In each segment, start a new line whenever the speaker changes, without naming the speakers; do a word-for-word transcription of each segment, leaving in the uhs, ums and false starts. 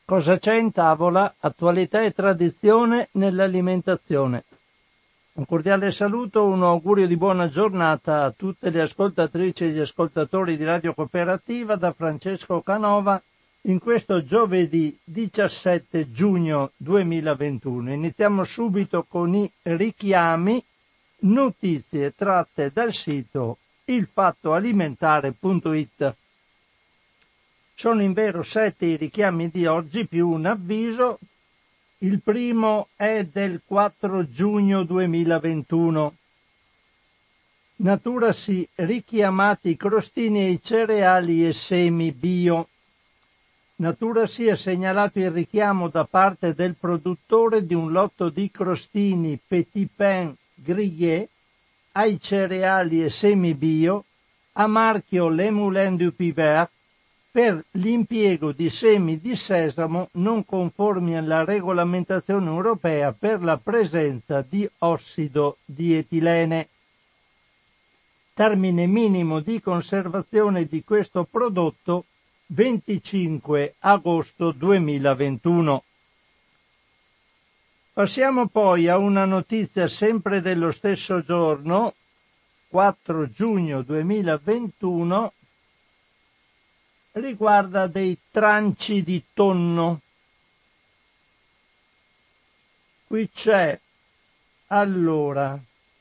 Cosa c'è in tavola? Attualità e tradizione nell'alimentazione. Un cordiale saluto, un augurio di buona giornata a tutte le ascoltatrici e gli ascoltatori di Radio Cooperativa da Francesco Canova in questo giovedì diciassette giugno duemilaventuno. Iniziamo subito con i richiami, notizie tratte dal sito ilfattoalimentare punto it. Sono invero sette i richiami di oggi più un avviso. Il primo è del quattro giugno duemilaventuno. Naturasi richiamati crostini ai cereali e semi bio. Naturasi ha segnalato il richiamo da parte del produttore di un lotto di crostini Petit Pain Grillé ai cereali e semi bio a marchio Le Moulin du Pivert per l'impiego di semi di sesamo non conformi alla regolamentazione europea per la presenza di ossido di etilene. Termine minimo di conservazione di questo prodotto venticinque agosto duemilaventuno. Passiamo poi a una notizia sempre dello stesso giorno, quattro giugno duemilaventuno, riguarda dei tranci di tonno. Qui c'è, allora,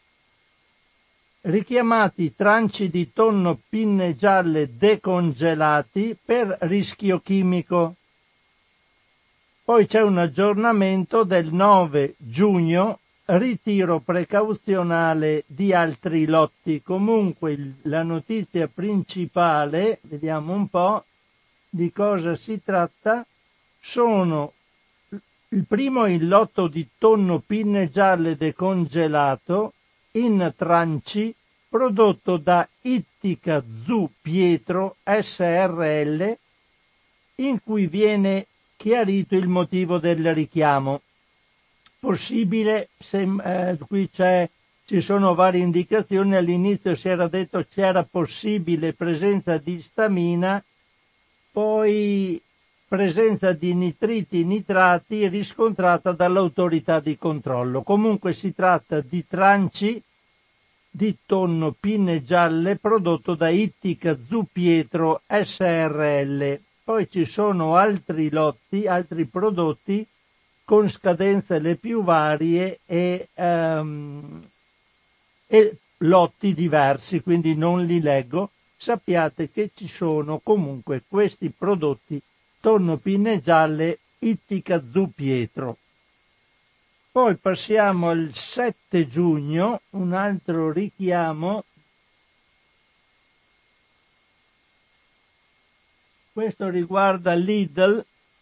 richiamati tranci di tonno pinne gialle decongelati per rischio chimico. Poi c'è un aggiornamento del nove giugno, ritiro precauzionale di altri lotti. Comunque il, la notizia principale, vediamo un po' di cosa si tratta, sono il primo il lotto di tonno pinne gialle decongelato in tranci prodotto da Ittica Zu Pietro S R L, in cui viene chiarito il motivo del richiamo. Possibile, se, eh, qui c'è, ci sono varie indicazioni, all'inizio si era detto che c'era possibile presenza di stamina, poi presenza di nitriti nitrati riscontrata dall'autorità di controllo. Comunque si tratta di tranci di tonno pinne gialle prodotto da Ittica Zu Pietro S R L. Poi ci sono altri lotti, altri prodotti con scadenze le più varie e, um, e lotti diversi, quindi non li leggo. Sappiate che ci sono comunque questi prodotti tonno pinne gialle Ittica Zu Pietro. Poi passiamo al sette giugno, un altro richiamo. Questo riguarda Lidl.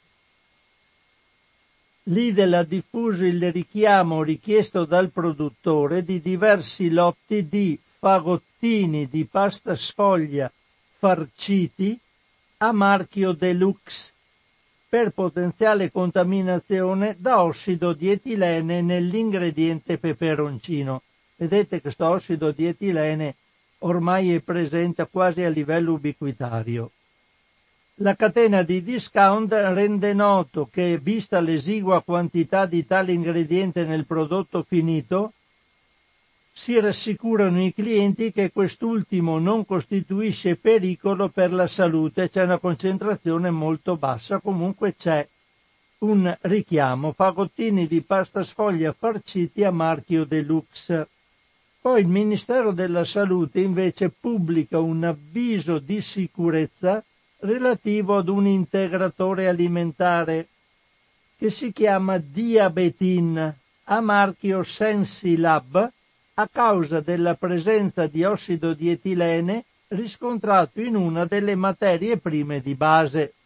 Lidl ha diffuso il richiamo richiesto dal produttore di diversi lotti di fagottini di pasta sfoglia farciti a marchio Deluxe per potenziale contaminazione da ossido di etilene nell'ingrediente peperoncino. Vedete che questo ossido di etilene ormai è presente quasi a livello ubiquitario. La catena di discount rende noto che, vista l'esigua quantità di tale ingrediente nel prodotto finito, si rassicurano i clienti che quest'ultimo non costituisce pericolo per la salute, c'è una concentrazione molto bassa, comunque c'è un richiamo, fagottini di pasta sfoglia farciti a marchio Deluxe. Poi il Ministero della Salute invece pubblica un avviso di sicurezza relativo ad un integratore alimentare che si chiama Diabetin a marchio Sensilab a causa della presenza di ossido di etilene riscontrato in una delle materie prime di base.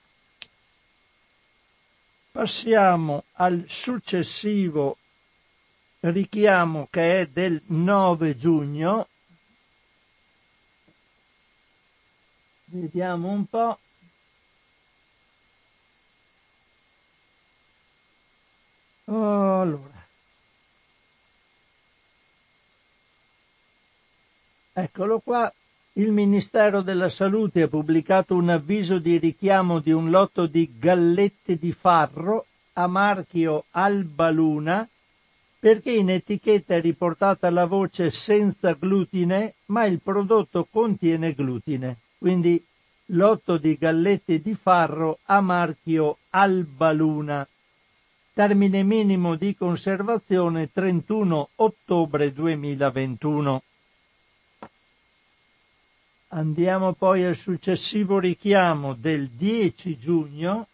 Passiamo al successivo richiamo che è del nove giugno. Vediamo un po'. Oh, allora. Eccolo qua. il Ministero della Salute ha pubblicato un avviso di richiamo di un lotto di gallette di farro a marchio Alba Luna, perché in etichetta è riportata la voce senza glutine, ma il prodotto contiene glutine. Quindi lotto di gallette di farro a marchio Alba Luna. Termine minimo di conservazione trentuno ottobre duemilaventuno. Andiamo poi al successivo richiamo del dieci giugno.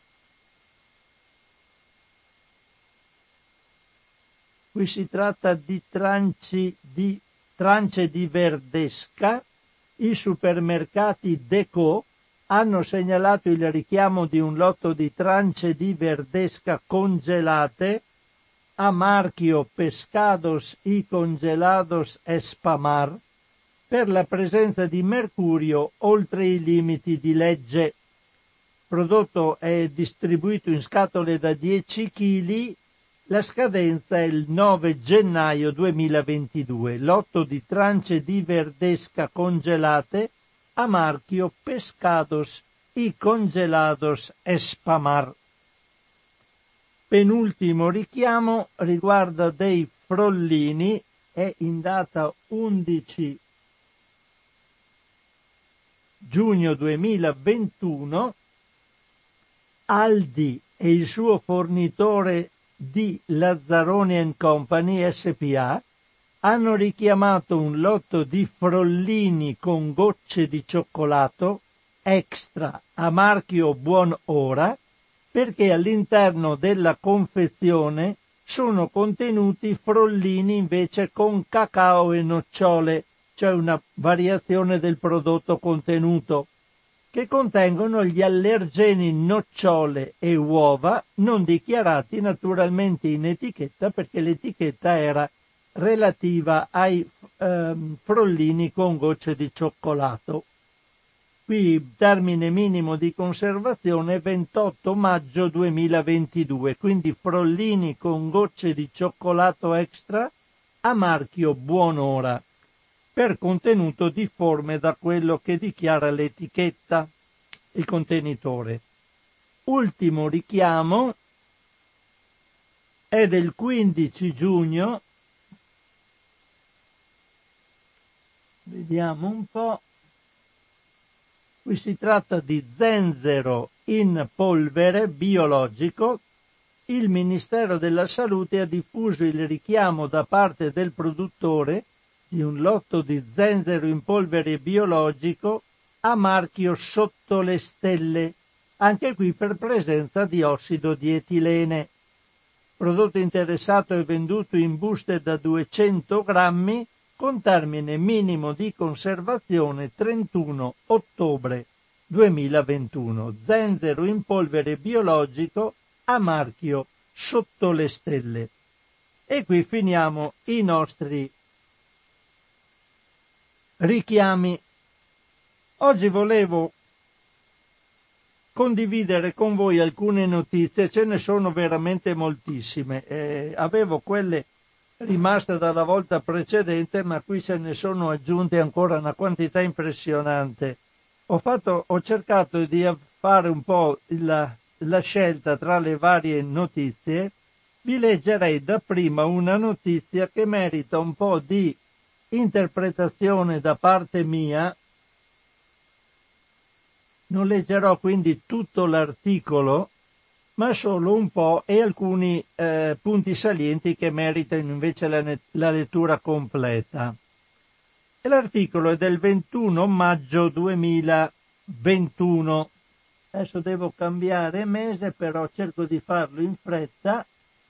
Qui si tratta di tranci di, trance di verdesca. I supermercati Deco hanno segnalato il richiamo di un lotto di trance di verdesca congelate a marchio Pescados y Congelados Espamar per la presenza di mercurio oltre i limiti di legge. Il prodotto è distribuito in scatole da dieci chili. La scadenza è il nove gennaio duemilaventidue. Lotto di trance di verdesca congelate a marchio Pescados y Congelados Espamar. Penultimo richiamo riguarda dei frollini, è in data undici giugno duemilaventuno. Aldi e il suo fornitore di Lazzaroni and Company S P A hanno richiamato un lotto di frollini con gocce di cioccolato extra a marchio Buon'ora, perché all'interno della confezione sono contenuti frollini invece con cacao e nocciole, cioè una variazione del prodotto contenuto, che contengono gli allergeni nocciole e uova, non dichiarati naturalmente in etichetta, perché l'etichetta era relativa ai ehm, frollini con gocce di cioccolato. Qui termine minimo di conservazione ventotto maggio duemilaventidue, quindi frollini con gocce di cioccolato extra a marchio Buon'ora, per contenuto difforme da quello che dichiara l'etichetta, il contenitore. Ultimo richiamo è del quindici giugno. Vediamo un po'. Qui si tratta di zenzero in polvere biologico. Il Ministero della Salute ha diffuso il richiamo da parte del produttore di un lotto di zenzero in polvere biologico a marchio Sotto le Stelle, anche qui per presenza di ossido di etilene. Il prodotto interessato è venduto in buste da duecento grammi con termine minimo di conservazione trentuno ottobre duemilaventuno. Zenzero in polvere biologico a marchio Sotto le Stelle. E qui finiamo i nostri richiami. Oggi volevo condividere con voi alcune notizie, ce ne sono veramente moltissime. Eh, avevo quelle rimaste dalla volta precedente, ma qui se ne sono aggiunte ancora una quantità impressionante. Ho fatto, ho cercato di fare un po' la, la scelta tra le varie notizie. Vi leggerei dapprima una notizia che merita un po' di interpretazione da parte mia. Non leggerò quindi tutto l'articolo, ma solo un po' e alcuni eh, punti salienti che meritano invece la, la lettura completa. E l'articolo è del ventuno maggio duemilaventuno. Adesso devo cambiare mese, però cerco di farlo in fretta.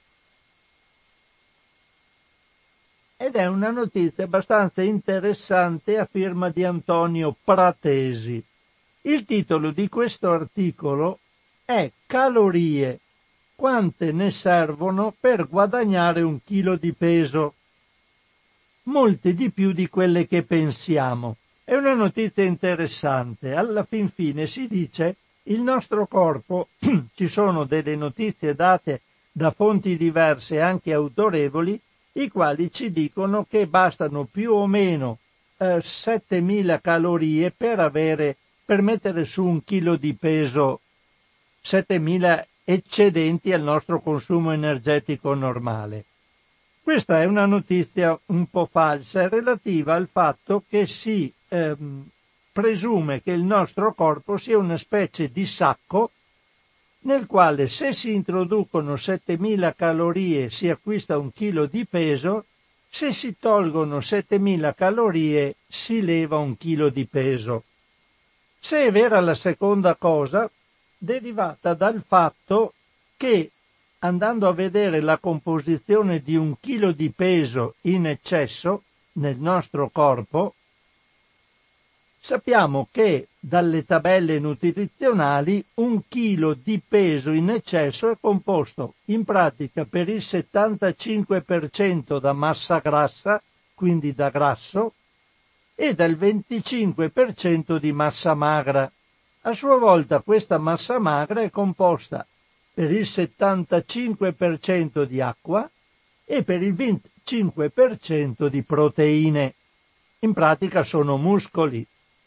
Ed è una notizia abbastanza interessante a firma di Antonio Pratesi. Il titolo di questo articolo è Calorie, quante ne servono per guadagnare un chilo di peso? Molte di più di quelle che pensiamo. È una notizia interessante. Alla fin fine si dice il nostro corpo, ci sono delle notizie date da fonti diverse anche autorevoli, i quali ci dicono che bastano più o meno eh, settemila calorie per avere, per mettere su un chilo di peso, settemila eccedenti al nostro consumo energetico normale. Questa è una notizia un po' falsa, relativa al fatto che si ehm, presume che il nostro corpo sia una specie di sacco nel quale, se si introducono settemila calorie, si acquista un chilo di peso, se si tolgono settemila calorie si leva un chilo di peso. Se è vera la seconda cosa, derivata dal fatto che, andando a vedere la composizione di un chilo di peso in eccesso nel nostro corpo, sappiamo che dalle tabelle nutrizionali un chilo di peso in eccesso è composto in pratica per il settantacinque per cento da massa grassa, quindi da grasso, e dal venticinque per cento di massa magra. A sua volta questa massa magra è composta per il settantacinque per cento di acqua e per il venticinque per cento di proteine. In pratica sono muscoli.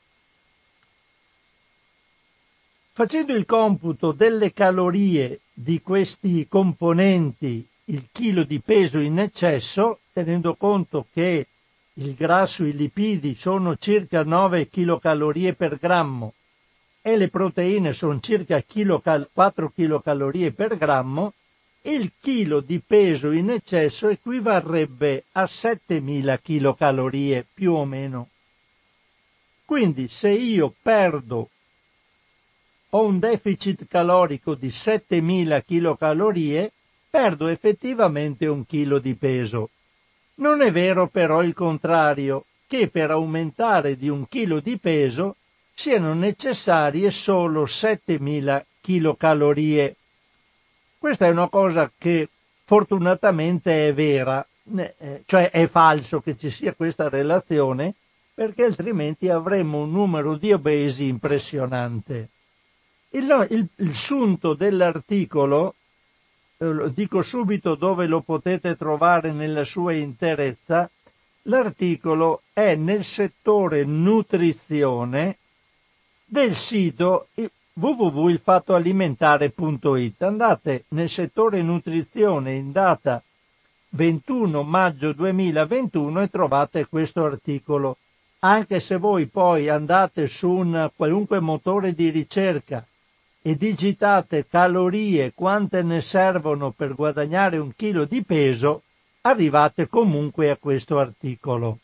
Facendo il computo delle calorie di questi componenti, il chilo di peso in eccesso, tenendo conto che il grasso e i lipidi sono circa nove chilocalorie per grammo e le proteine sono circa quattro chilocalorie per grammo, il chilo di peso in eccesso equivarrebbe a settemila chilocalorie più o meno. Quindi se io perdo ho un deficit calorico di settemila chilocalorie, perdo effettivamente un chilo di peso. Non è vero però il contrario, che per aumentare di un chilo di peso siano necessarie solo settemila chilocalorie. Questa è una cosa che fortunatamente è vera, cioè è falso che ci sia questa relazione, perché altrimenti avremmo un numero di obesi impressionante. Il, il, il sunto dell'articolo, eh, dico subito dove lo potete trovare nella sua interezza, l'articolo è nel settore nutrizione del sito w w w punto il fatto alimentare punto it. Andate nel settore nutrizione in data ventuno maggio duemilaventuno e trovate questo articolo. Anche se voi poi andate su un qualunque motore di ricerca e digitate calorie, quante ne servono per guadagnare un chilo di peso, arrivate comunque a questo articolo.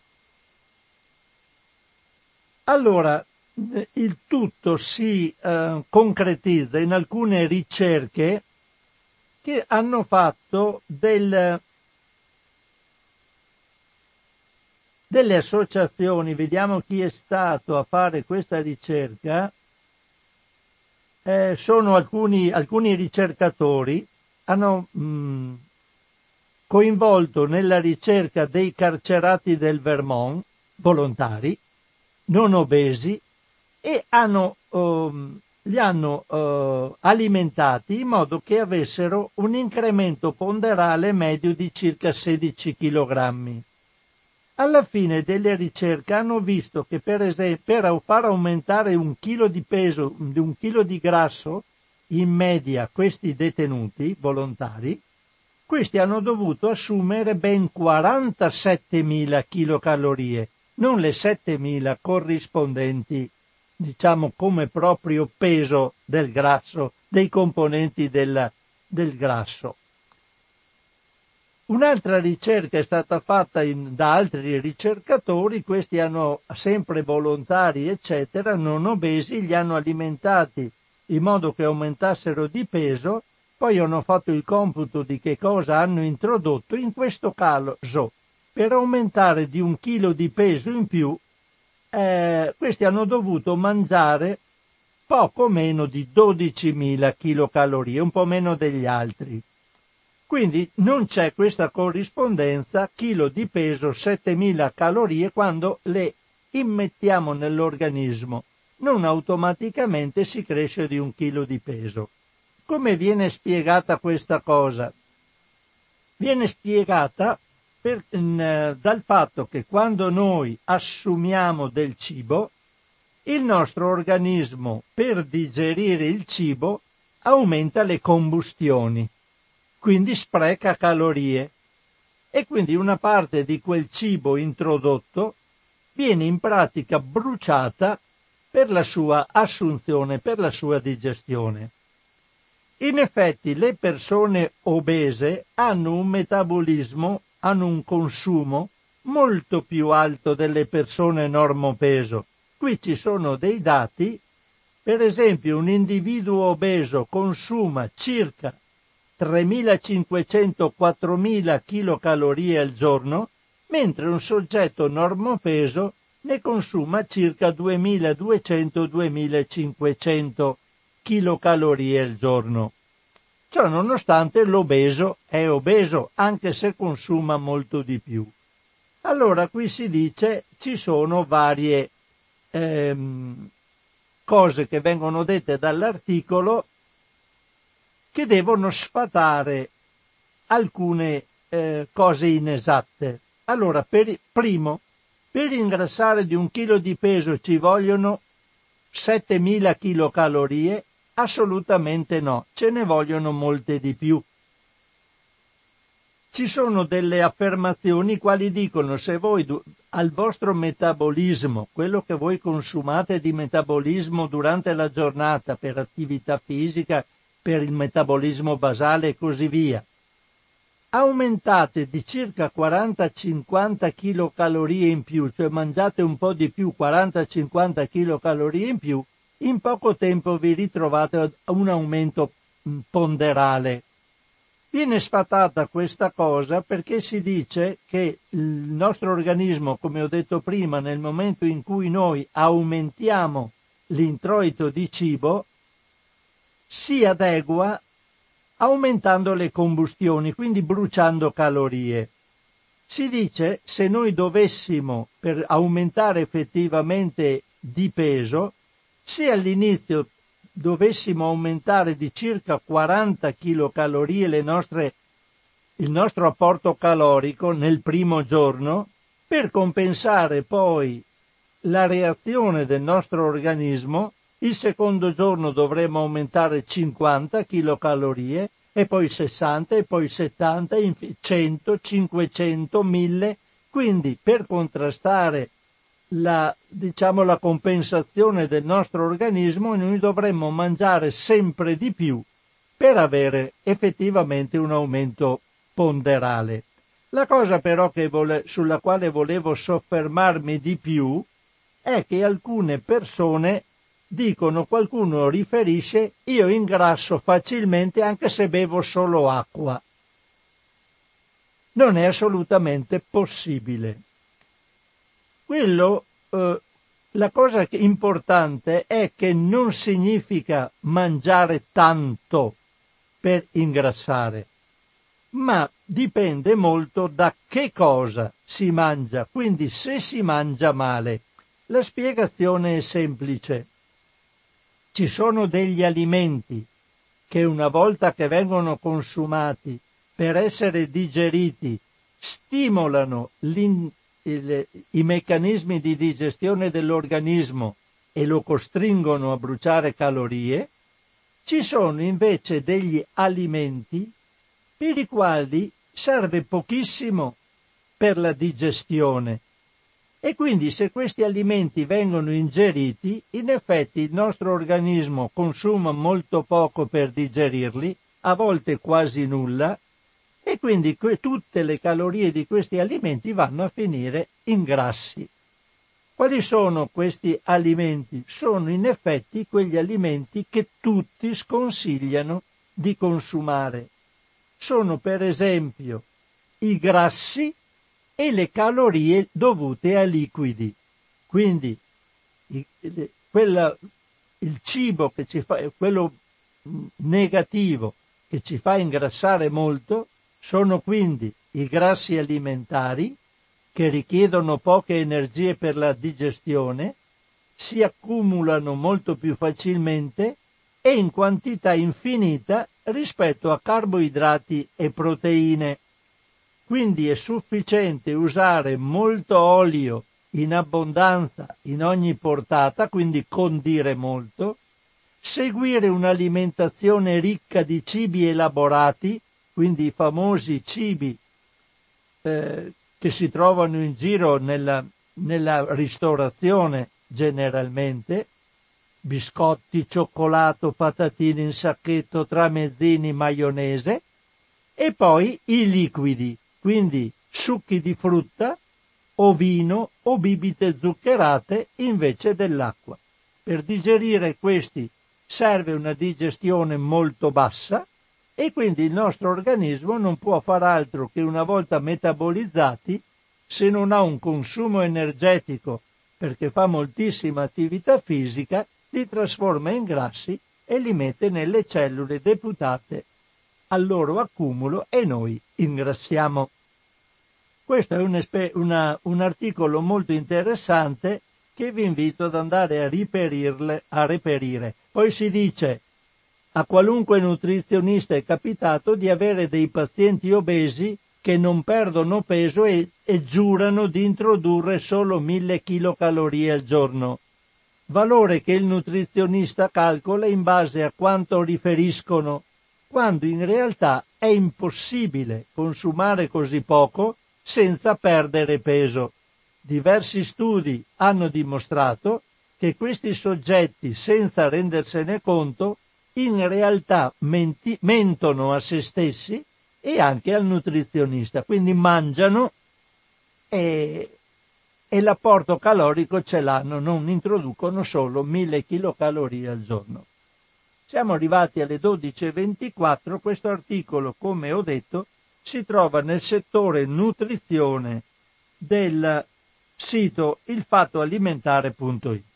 Allora, il tutto si eh, concretizza in alcune ricerche che hanno fatto del, delle associazioni. Vediamo chi è stato a fare questa ricerca. Eh, sono alcuni, alcuni ricercatori, hanno mh, coinvolto nella ricerca dei carcerati del Vermont, volontari, non obesi, e hanno, um, li hanno uh, alimentati in modo che avessero un incremento ponderale medio di circa sedici chilogrammi. Alla fine delle ricerche hanno visto che per esempio per far aumentare un chilo di peso, un chilo di grasso in media questi detenuti volontari, questi hanno dovuto assumere ben quarantasettemila chilocalorie, non le settemila corrispondenti, diciamo, come proprio peso del grasso, dei componenti del, del grasso. Un'altra ricerca è stata fatta in, da altri ricercatori, questi hanno sempre volontari eccetera, non obesi, li hanno alimentati in modo che aumentassero di peso, poi hanno fatto il computo di che cosa hanno introdotto. In questo caso, per aumentare di un chilo di peso in più, eh, questi hanno dovuto mangiare poco meno di dodicimila chilocalorie, un po' meno degli altri. Quindi non c'è questa corrispondenza chilo di peso settemila calorie quando le immettiamo nell'organismo. Non automaticamente si cresce di un chilo di peso. Come viene spiegata questa cosa? Viene spiegata per, in, dal fatto che quando noi assumiamo del cibo, il nostro organismo, per digerire il cibo, aumenta le combustioni, quindi spreca calorie, e quindi una parte di quel cibo introdotto viene in pratica bruciata per la sua assunzione, per la sua digestione. In effetti le persone obese hanno un metabolismo, hanno un consumo molto più alto delle persone normopeso. Qui ci sono dei dati, per esempio un individuo obeso consuma circa tremilacinquecento-quattromila chilocalorie al giorno, mentre un soggetto normopeso ne consuma circa duemiladuecento-duemilacinquecento chilocalorie al giorno. Ciò nonostante l'obeso è obeso, anche se consuma molto di più. Allora qui si dice ci sono varie ehm, cose che vengono dette dall'articolo che devono sfatare alcune eh, cose inesatte. Allora, per, primo, per ingrassare di un chilo di peso ci vogliono settemila chilocalorie? Assolutamente no, ce ne vogliono molte di più. Ci sono delle affermazioni quali dicono se voi al vostro metabolismo, quello che voi consumate di metabolismo durante la giornata per attività fisica, per il metabolismo basale e così via, aumentate di circa quaranta cinquanta chilocalorie in più, cioè mangiate un po' di più, quaranta cinquanta chilocalorie in più, in poco tempo vi ritrovate un aumento ponderale. Viene sfatata questa cosa perché si dice che il nostro organismo, come ho detto prima, nel momento in cui noi aumentiamo l'introito di cibo, si adegua aumentando le combustioni, quindi bruciando calorie. Si dice se noi dovessimo, per aumentare effettivamente di peso, se all'inizio dovessimo aumentare di circa quaranta chilocalorie le nostre, il nostro apporto calorico nel primo giorno, per compensare poi la reazione del nostro organismo, il secondo giorno dovremo aumentare cinquanta chilocalorie e poi sessanta e poi settanta, cento, cinquecento, mille. Quindi per contrastare la, diciamo, la compensazione del nostro organismo noi dovremmo mangiare sempre di più per avere effettivamente un aumento ponderale. La cosa però che vole, sulla quale volevo soffermarmi di più è che alcune persone dicono, qualcuno riferisce, io ingrasso facilmente anche se bevo solo acqua. Non è assolutamente possibile. Quello, eh, la cosa importante è che non significa mangiare tanto per ingrassare, ma dipende molto da che cosa si mangia, quindi se si mangia male. La spiegazione è semplice. Ci sono degli alimenti che una volta che vengono consumati per essere digeriti stimolano il, i meccanismi di digestione dell'organismo e lo costringono a bruciare calorie. Ci sono invece degli alimenti per i quali serve pochissimo per la digestione. E quindi se questi alimenti vengono ingeriti, in effetti il nostro organismo consuma molto poco per digerirli, a volte quasi nulla, e quindi que- tutte le calorie di questi alimenti vanno a finire in grassi. Quali sono questi alimenti? Sono in effetti quegli alimenti che tutti sconsigliano di consumare. Sono per esempio i grassi e le calorie dovute a liquidi. Quindi il, quella, il cibo che ci fa, quello negativo che ci fa ingrassare molto, sono quindi i grassi alimentari che richiedono poche energie per la digestione, si accumulano molto più facilmente e in quantità infinita rispetto a carboidrati e proteine. quindi è sufficiente usare molto olio in abbondanza in ogni portata, quindi condire molto, seguire un'alimentazione ricca di cibi elaborati, quindi i famosi cibi eh, che si trovano in giro nella, nella ristorazione generalmente, biscotti, cioccolato, patatine in sacchetto, tramezzini, maionese, e poi i liquidi, quindi succhi di frutta o vino o bibite zuccherate invece dell'acqua. Per digerire questi serve una digestione molto bassa e quindi il nostro organismo non può far altro che, una volta metabolizzati, se non ha un consumo energetico perché fa moltissima attività fisica, li trasforma in grassi e li mette nelle cellule deputate al loro accumulo e noi ingrassiamo. Questo è un, esper- una, un articolo molto interessante che vi invito ad andare a riperirle, a reperire. Poi si dice: a qualunque nutrizionista è capitato di avere dei pazienti obesi che non perdono peso e, e giurano di introdurre solo mille chilocalorie al giorno, valore che il nutrizionista calcola in base a quanto riferiscono, quando in realtà è impossibile consumare così poco senza perdere peso. Diversi studi hanno dimostrato che questi soggetti, senza rendersene conto, in realtà menti, mentono a se stessi e anche al nutrizionista, quindi mangiano e, e l'apporto calorico ce l'hanno, non introducono solo mille chilocalorie al giorno. Siamo arrivati alle dodici e ventiquattro, questo articolo, come ho detto, si trova nel settore nutrizione del sito ilfattoalimentare punto it.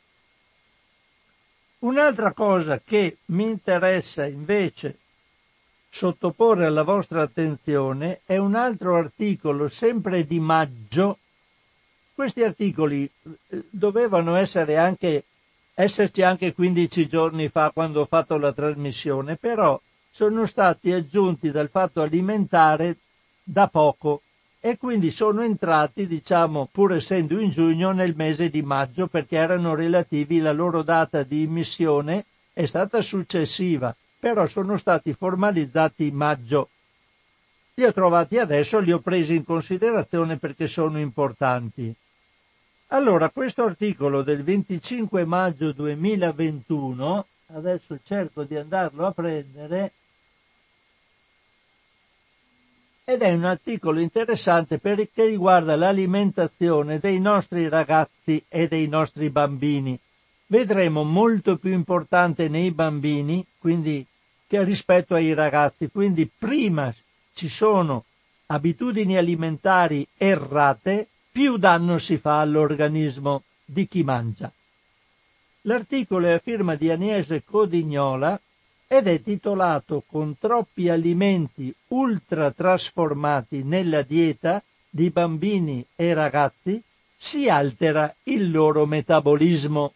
Un'altra cosa che mi interessa invece sottoporre alla vostra attenzione è un altro articolo, sempre di maggio. Questi articoli dovevano essere anche, esserci anche quindici giorni fa, quando ho fatto la trasmissione, però sono stati aggiunti dal Fatto Alimentare da poco e quindi sono entrati, diciamo, pur essendo in giugno, nel mese di maggio, perché erano relativi, la loro data di emissione è stata successiva, però sono stati formalizzati in maggio. Li ho trovati adesso, li ho presi in considerazione perché sono importanti. Allora, questo articolo del venticinque maggio duemilaventuno, adesso cerco di andarlo a prendere, ed è un articolo interessante perché riguarda l'alimentazione dei nostri ragazzi e dei nostri bambini. Vedremo molto più importante nei bambini, quindi, che rispetto ai ragazzi. Quindi prima ci sono abitudini alimentari errate, più danno si fa all'organismo di chi mangia. L'articolo è a firma di Agnese Codignola ed è titolato "Con troppi alimenti ultra trasformati nella dieta di bambini e ragazzi si altera il loro metabolismo".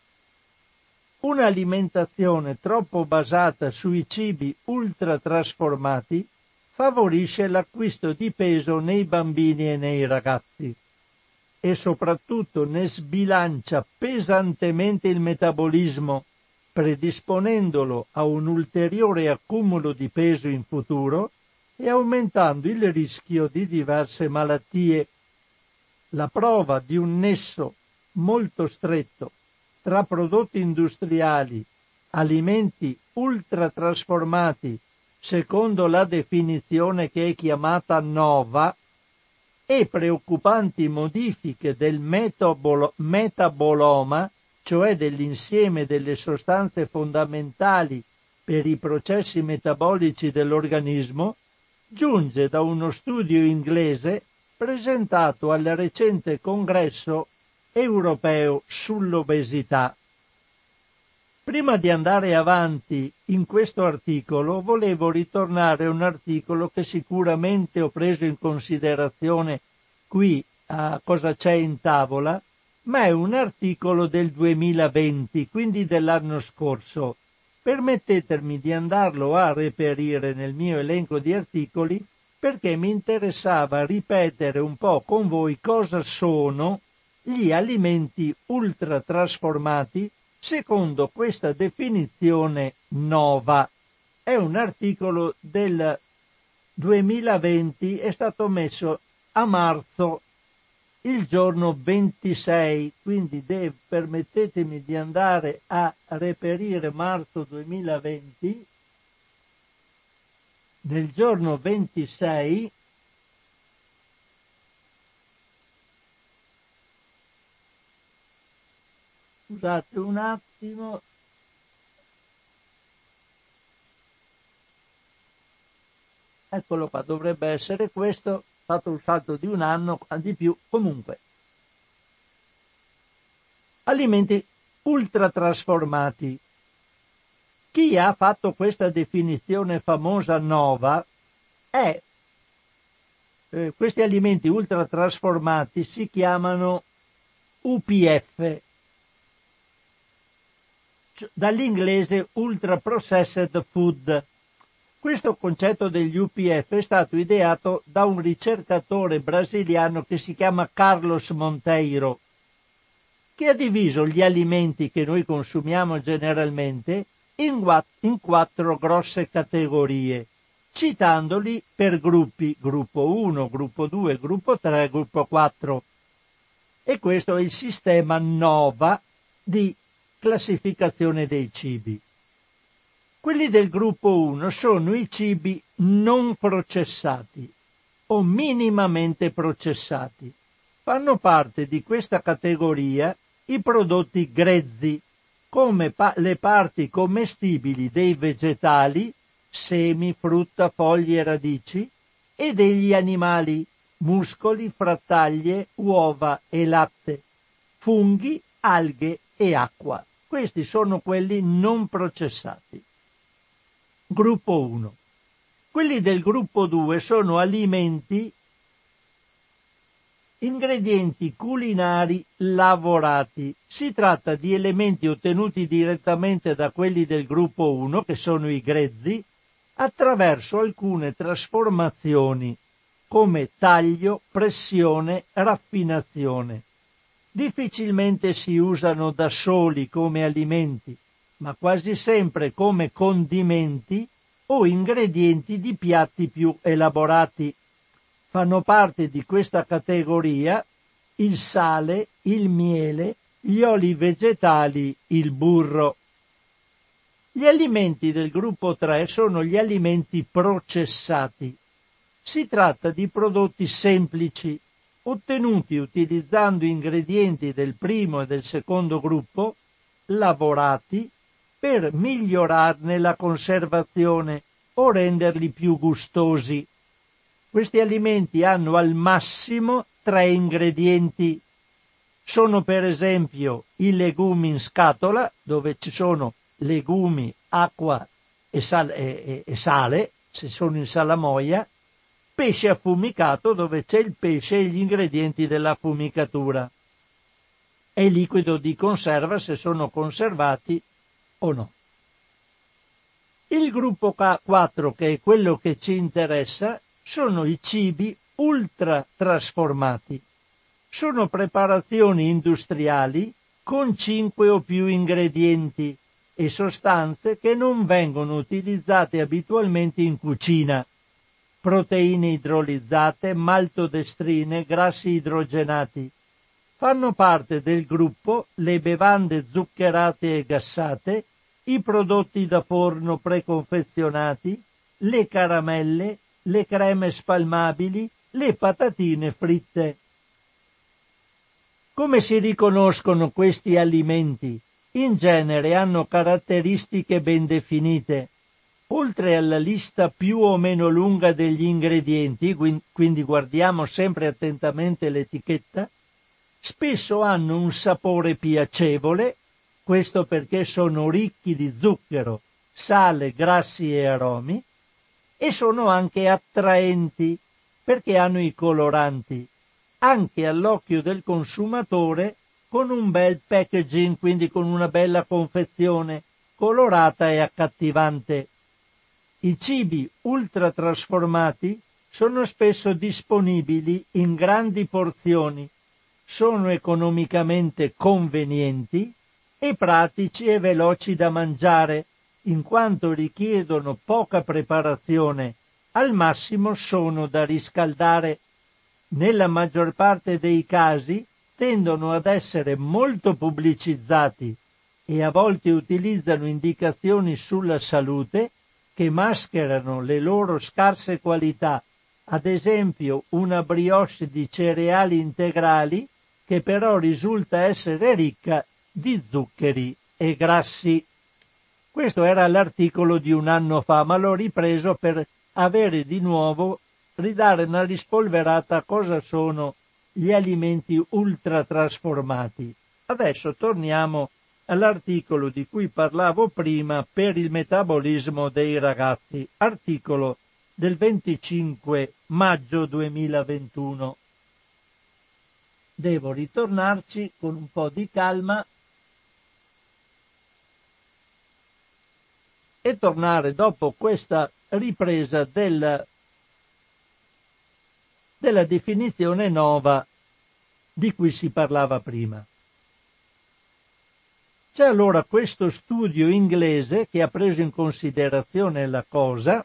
Un'alimentazione troppo basata sui cibi ultra trasformati favorisce l'acquisto di peso nei bambini e nei ragazzi e soprattutto ne sbilancia pesantemente il metabolismo, predisponendolo a un ulteriore accumulo di peso in futuro e aumentando il rischio di diverse malattie. La prova di un nesso molto stretto tra prodotti industriali, alimenti ultratrasformati, secondo la definizione che è chiamata NOVA, e preoccupanti modifiche del metabolo- metaboloma, cioè dell'insieme delle sostanze fondamentali per i processi metabolici dell'organismo, giunge da uno studio inglese presentato al recente congresso europeo sull'obesità. Prima di andare avanti in questo articolo, volevo ritornare a un articolo che sicuramente ho preso in considerazione qui a Cosa c'è in tavola, ma è un articolo del duemilaventi, quindi dell'anno scorso. Permettetemi di andarlo a reperire nel mio elenco di articoli perché mi interessava ripetere un po' con voi cosa sono gli alimenti ultratrasformati secondo questa definizione nova. È un articolo del duemilaventi, è stato messo a marzo, il giorno ventisei, quindi de- permettetemi di andare a reperire marzo duemilaventi. Nel giorno ventisei scusate un attimo, eccolo qua, dovrebbe essere questo, fatto un salto di un anno di più. Comunque, alimenti ultratrasformati. Chi ha fatto questa definizione famosa nova è eh, questi alimenti ultratrasformati si chiamano U P F, cioè, dall'inglese Ultra Processed Food. Questo concetto degli U P F è stato ideato da un ricercatore brasiliano che si chiama Carlos Monteiro, che ha diviso gli alimenti che noi consumiamo generalmente in, in quattro grosse categorie, citandoli per gruppi: gruppo uno, gruppo due, gruppo tre, gruppo quattro. E questo è il sistema NOVA di classificazione dei cibi. Quelli del gruppo uno sono i cibi non processati o minimamente processati. Fanno parte di questa categoria i prodotti grezzi, come pa- le parti commestibili dei vegetali, semi, frutta, foglie e radici, e degli animali, muscoli, frattaglie, uova e latte, funghi, alghe e acqua. Questi sono quelli non processati. Gruppo uno. Quelli del gruppo due sono alimenti, ingredienti culinari lavorati. Si tratta di elementi ottenuti direttamente da quelli del gruppo uno, che sono i grezzi, attraverso alcune trasformazioni come taglio, pressione, raffinazione. Difficilmente si usano da soli come alimenti, ma quasi sempre come condimenti o ingredienti di piatti più elaborati. Fanno parte di questa categoria il sale, il miele, gli oli vegetali, il burro. Gli alimenti del gruppo tre sono gli alimenti processati. Si tratta di prodotti semplici, ottenuti utilizzando ingredienti del primo e del secondo gruppo, lavorati per migliorarne la conservazione o renderli più gustosi. Questi alimenti hanno al massimo tre ingredienti. Sono per esempio i legumi in scatola, dove ci sono legumi, acqua e sale, e, e sale, se sono in salamoia, pesce affumicato, dove c'è il pesce e gli ingredienti dell'affumicatura, e liquido di conserva, se sono conservati o no. Il gruppo quattro, che è quello che ci interessa, sono i cibi ultra trasformati. Sono preparazioni industriali con cinque o più ingredienti e sostanze che non vengono utilizzate abitualmente in cucina. Proteine idrolizzate, maltodestrine, grassi idrogenati. Fanno parte del gruppo le bevande zuccherate e gassate, i prodotti da forno preconfezionati, le caramelle, le creme spalmabili, le patatine fritte. Come si riconoscono questi alimenti? In genere hanno caratteristiche ben definite. Oltre alla lista più o meno lunga degli ingredienti, quindi guardiamo sempre attentamente l'etichetta, spesso hanno un sapore piacevole, questo perché sono ricchi di zucchero, sale, grassi e aromi, e sono anche attraenti, perché hanno i coloranti, anche all'occhio del consumatore, con un bel packaging, quindi con una bella confezione, colorata e accattivante. I cibi ultratrasformati sono spesso disponibili in grandi porzioni, sono economicamente convenienti e pratici e veloci da mangiare, in quanto richiedono poca preparazione, al massimo sono da riscaldare. Nella maggior parte dei casi tendono ad essere molto pubblicizzati e a volte utilizzano indicazioni sulla salute che mascherano le loro scarse qualità, ad esempio una brioche di cereali integrali che però risulta essere ricca di zuccheri e grassi. Questo era l'articolo di un anno fa, ma l'ho ripreso per avere di nuovo, ridare una rispolverata a cosa sono gli alimenti ultratrasformati. Adesso torniamo all'articolo di cui parlavo prima per il metabolismo dei ragazzi, articolo del venticinque maggio duemilaventuno. Devo ritornarci con un po' di calma e tornare dopo questa ripresa del, della definizione nuova di cui si parlava prima. C'è allora questo studio inglese che ha preso in considerazione la cosa.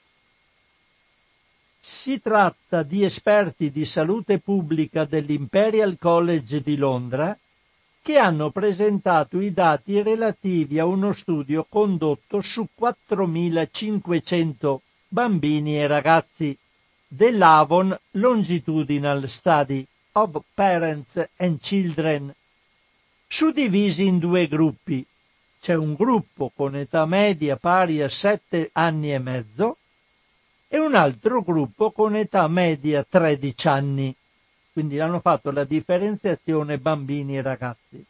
Si tratta di esperti di salute pubblica dell'Imperial College di Londra che hanno presentato i dati relativi a uno studio condotto su quattromilacinquecento bambini e ragazzi dell'Avon Longitudinal Study of Parents and Children, suddivisi in due gruppi. C'è un gruppo con età media pari a sette anni e mezzo e un altro gruppo con età media tredici anni. Quindi hanno fatto la differenziazione bambini e ragazzi.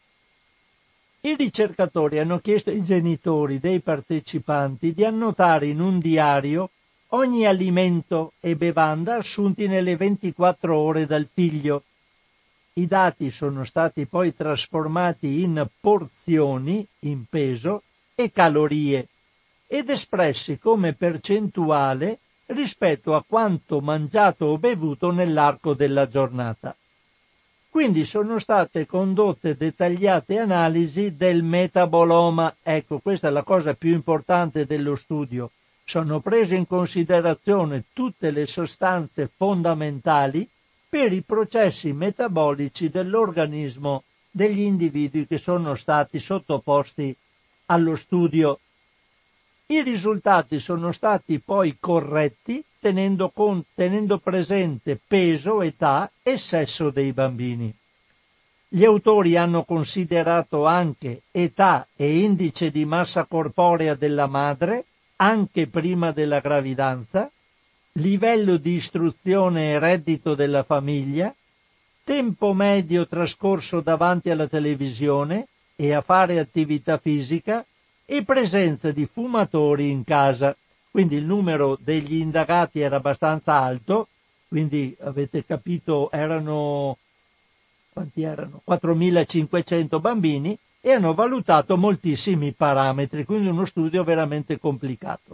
I ricercatori hanno chiesto ai genitori dei partecipanti di annotare in un diario ogni alimento e bevanda assunti nelle ventiquattro ore dal figlio. I dati sono stati poi trasformati in porzioni, in peso e calorie ed espressi come percentuale rispetto a quanto mangiato o bevuto nell'arco della giornata. Quindi sono state condotte dettagliate analisi del metaboloma. Ecco, questa è la cosa più importante dello studio. Sono prese in considerazione tutte le sostanze fondamentali per i processi metabolici dell'organismo degli individui che sono stati sottoposti allo studio. I risultati sono stati poi corretti tenendo, con, tenendo presente peso, età e sesso dei bambini. Gli autori hanno considerato anche età e indice di massa corporea della madre, anche prima della gravidanza, livello di istruzione e reddito della famiglia, tempo medio trascorso davanti alla televisione e a fare attività fisica, e presenza di fumatori in casa. Quindi il numero degli indagati era abbastanza alto, quindi avete capito erano, quanti erano? quattromilacinquecento bambini e hanno valutato moltissimi parametri, quindi uno studio veramente complicato.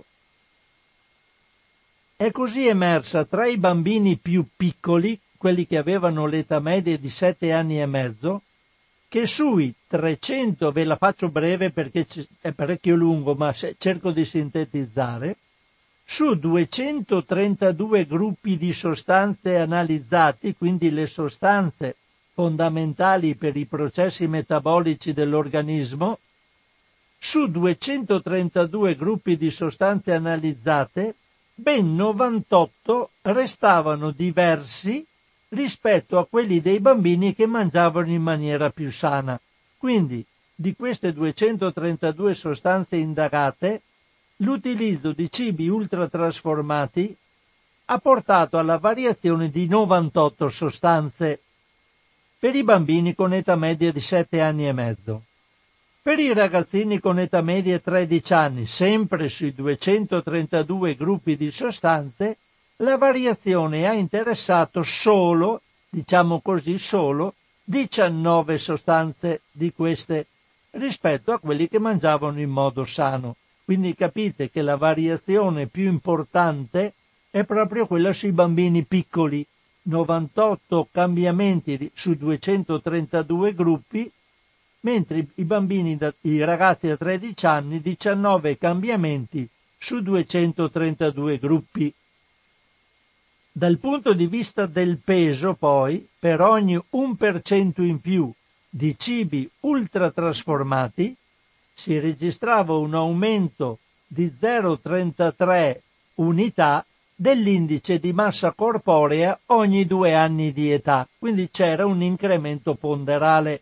È così emersa tra i bambini più piccoli, quelli che avevano l'età media di sette anni e mezzo, che sui trecento, ve la faccio breve perché è parecchio lungo, ma cerco di sintetizzare, su duecentotrentadue gruppi di sostanze analizzati, quindi le sostanze fondamentali per i processi metabolici dell'organismo, su duecentotrentadue gruppi di sostanze analizzate, ben novantotto restavano diversi rispetto a quelli dei bambini che mangiavano in maniera più sana. Quindi, di queste duecentotrentadue sostanze indagate, l'utilizzo di cibi ultratrasformati ha portato alla variazione di novantotto sostanze per i bambini con età media di sette anni e mezzo. Per i ragazzini con età media tredici anni, sempre sui duecentotrentadue gruppi di sostanze, la variazione ha interessato solo, diciamo così, solo diciannove sostanze di queste rispetto a quelli che mangiavano in modo sano. Quindi capite che la variazione più importante è proprio quella sui bambini piccoli, novantotto cambiamenti su duecentotrentadue gruppi, mentre i bambini, da, i ragazzi da tredici anni, diciannove cambiamenti su duecentotrentadue gruppi. Dal punto di vista del peso, poi, per ogni un per cento in più di cibi ultratrasformati, si registrava un aumento di zero virgola trentatré unità dell'indice di massa corporea ogni due anni di età, quindi c'era un incremento ponderale.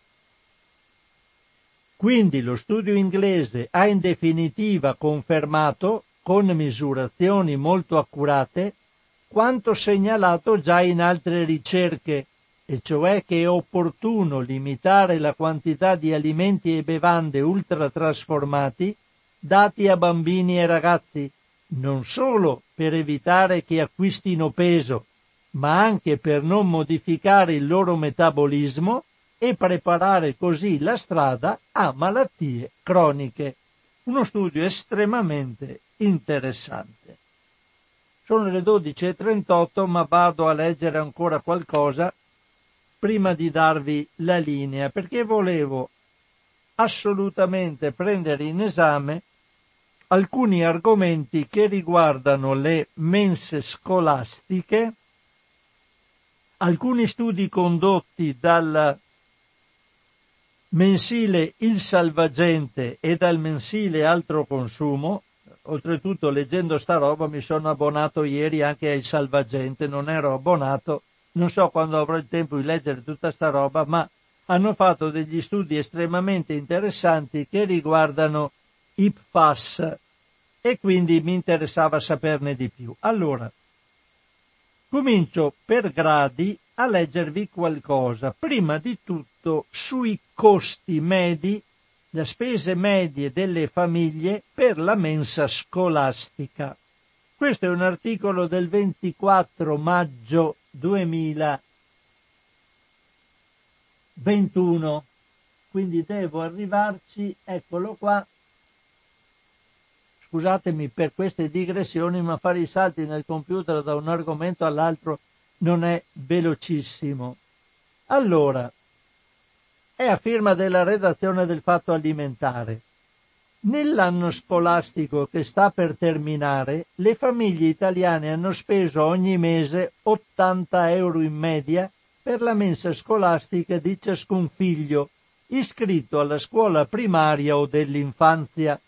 Quindi lo studio inglese ha in definitiva confermato, con misurazioni molto accurate, quanto segnalato già in altre ricerche, e cioè che è opportuno limitare la quantità di alimenti e bevande ultratrasformati dati a bambini e ragazzi, non solo per evitare che acquistino peso, ma anche per non modificare il loro metabolismo e preparare così la strada a malattie croniche. Uno studio estremamente interessante. Sono le dodici e trentotto, ma vado a leggere ancora qualcosa prima di darvi la linea, perché volevo assolutamente prendere in esame alcuni argomenti che riguardano le mense scolastiche, alcuni studi condotti dal mensile Il Salvagente e dal mensile Altro Consumo. Oltretutto, leggendo sta roba, mi sono abbonato ieri anche a Il Salvagente, non ero abbonato, non so quando avrò il tempo di leggere tutta sta roba, ma hanno fatto degli studi estremamente interessanti che riguardano I P F A S e quindi mi interessava saperne di più. Allora, comincio per gradi a leggervi qualcosa. Prima di tutto sui costi medi, le spese medie delle famiglie per la mensa scolastica. Questo è un articolo del ventiquattro maggio duemilaventuno, quindi devo arrivarci, eccolo qua. Scusatemi per queste digressioni, ma fare i salti nel computer da un argomento all'altro non è velocissimo. Allora, è a firma della redazione del Fatto Alimentare. Nell'anno scolastico che sta per terminare, le famiglie italiane hanno speso ogni mese ottanta euro in media per la mensa scolastica di ciascun figlio iscritto alla scuola primaria o dell'infanzia.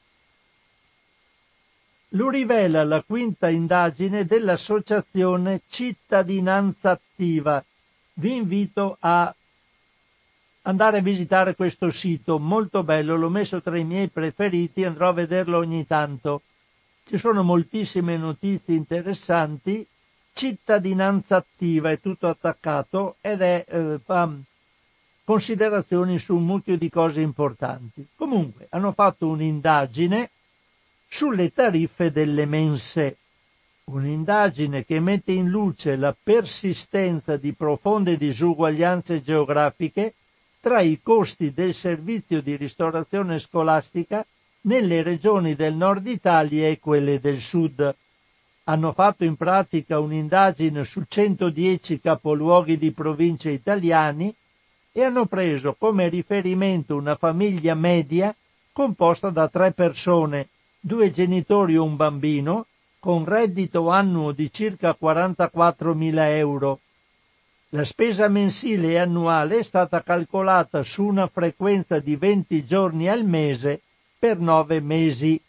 Lo rivela la quinta indagine dell'associazione Cittadinanza Attiva. Vi invito a andare a visitare questo sito, molto bello, l'ho messo tra i miei preferiti, andrò a vederlo ogni tanto. Ci sono moltissime notizie interessanti. Cittadinanza Attiva è tutto attaccato ed è eh, fa considerazioni su un mucchio di cose importanti. Comunque, hanno fatto un'indagine sulle tariffe delle mense, un'indagine che mette in luce la persistenza di profonde disuguaglianze geografiche tra i costi del servizio di ristorazione scolastica nelle regioni del nord Italia e quelle del sud. Hanno fatto in pratica un'indagine su centodieci capoluoghi di province italiani e hanno preso come riferimento una famiglia media composta da tre persone, due genitori e un bambino, con reddito annuo di circa quarantaquattromila euro. La spesa mensile e annuale è stata calcolata su una frequenza di venti giorni al mese per nove mesi.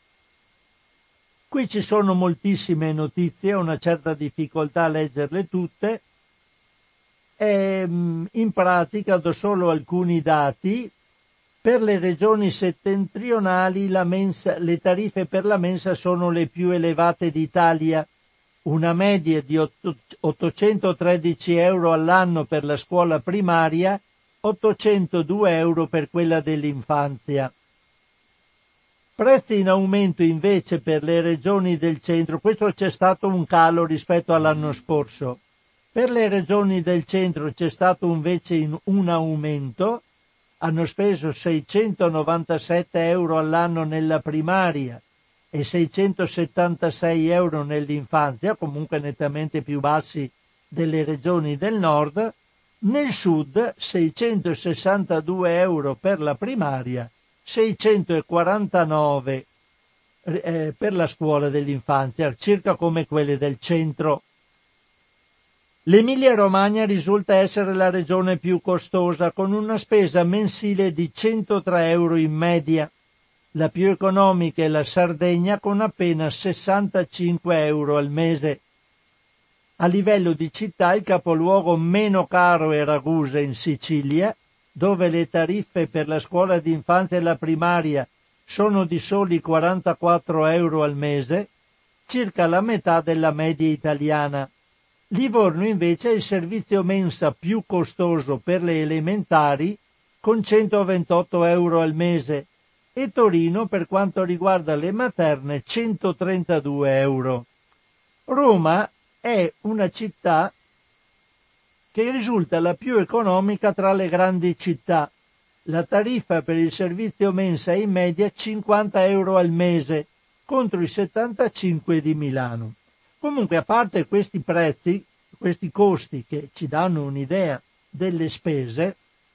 Qui ci sono moltissime notizie, ho una certa difficoltà a leggerle tutte. E, in pratica do solo alcuni dati. Per le regioni settentrionali la mensa, le tariffe per la mensa sono le più elevate d'Italia, una media di ottocentotredici euro all'anno per la scuola primaria, ottocentodue euro per quella dell'infanzia. Prezzi in aumento invece per le regioni del centro, questo c'è stato un calo rispetto all'anno scorso. Per le regioni del centro c'è stato invece un aumento. Hanno speso seicentonovantasette euro all'anno nella primaria, e seicentosettantasei euro nell'infanzia, comunque nettamente più bassi delle regioni del nord. Nel sud seicentosessantadue euro per la primaria, seicentoquarantanove eh, per la scuola dell'infanzia, circa come quelle del centro. L'Emilia-Romagna risulta essere la regione più costosa, con una spesa mensile di centotré euro in media. La più economica è la Sardegna, con appena sessantacinque euro al mese. A livello di città, il capoluogo meno caro è Ragusa, in Sicilia, dove le tariffe per la scuola d'infanzia e la primaria sono di soli quarantaquattro euro al mese, circa la metà della media italiana. Livorno invece è il servizio mensa più costoso per le elementari, con centoventotto euro al mese, e Torino, per quanto riguarda le materne, centotrentadue euro. Roma è una città che risulta la più economica tra le grandi città. La tariffa per il servizio mensa è in media cinquanta euro al mese, contro i settantacinque di Milano. Comunque, a parte questi prezzi, questi costi che ci danno un'idea delle spese,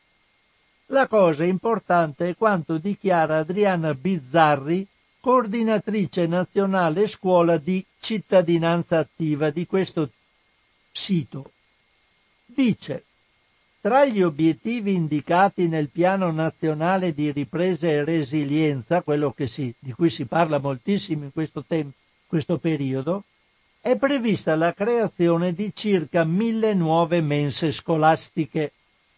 la cosa importante è quanto dichiara Adriana Bizzarri, coordinatrice nazionale scuola di cittadinanza attiva di questo sito. Dice: tra gli obiettivi indicati nel Piano Nazionale di Ripresa e Resilienza, quello che si, di cui si parla moltissimo in questo, tem- questo periodo, è prevista la creazione di circa mille nuove mense scolastiche.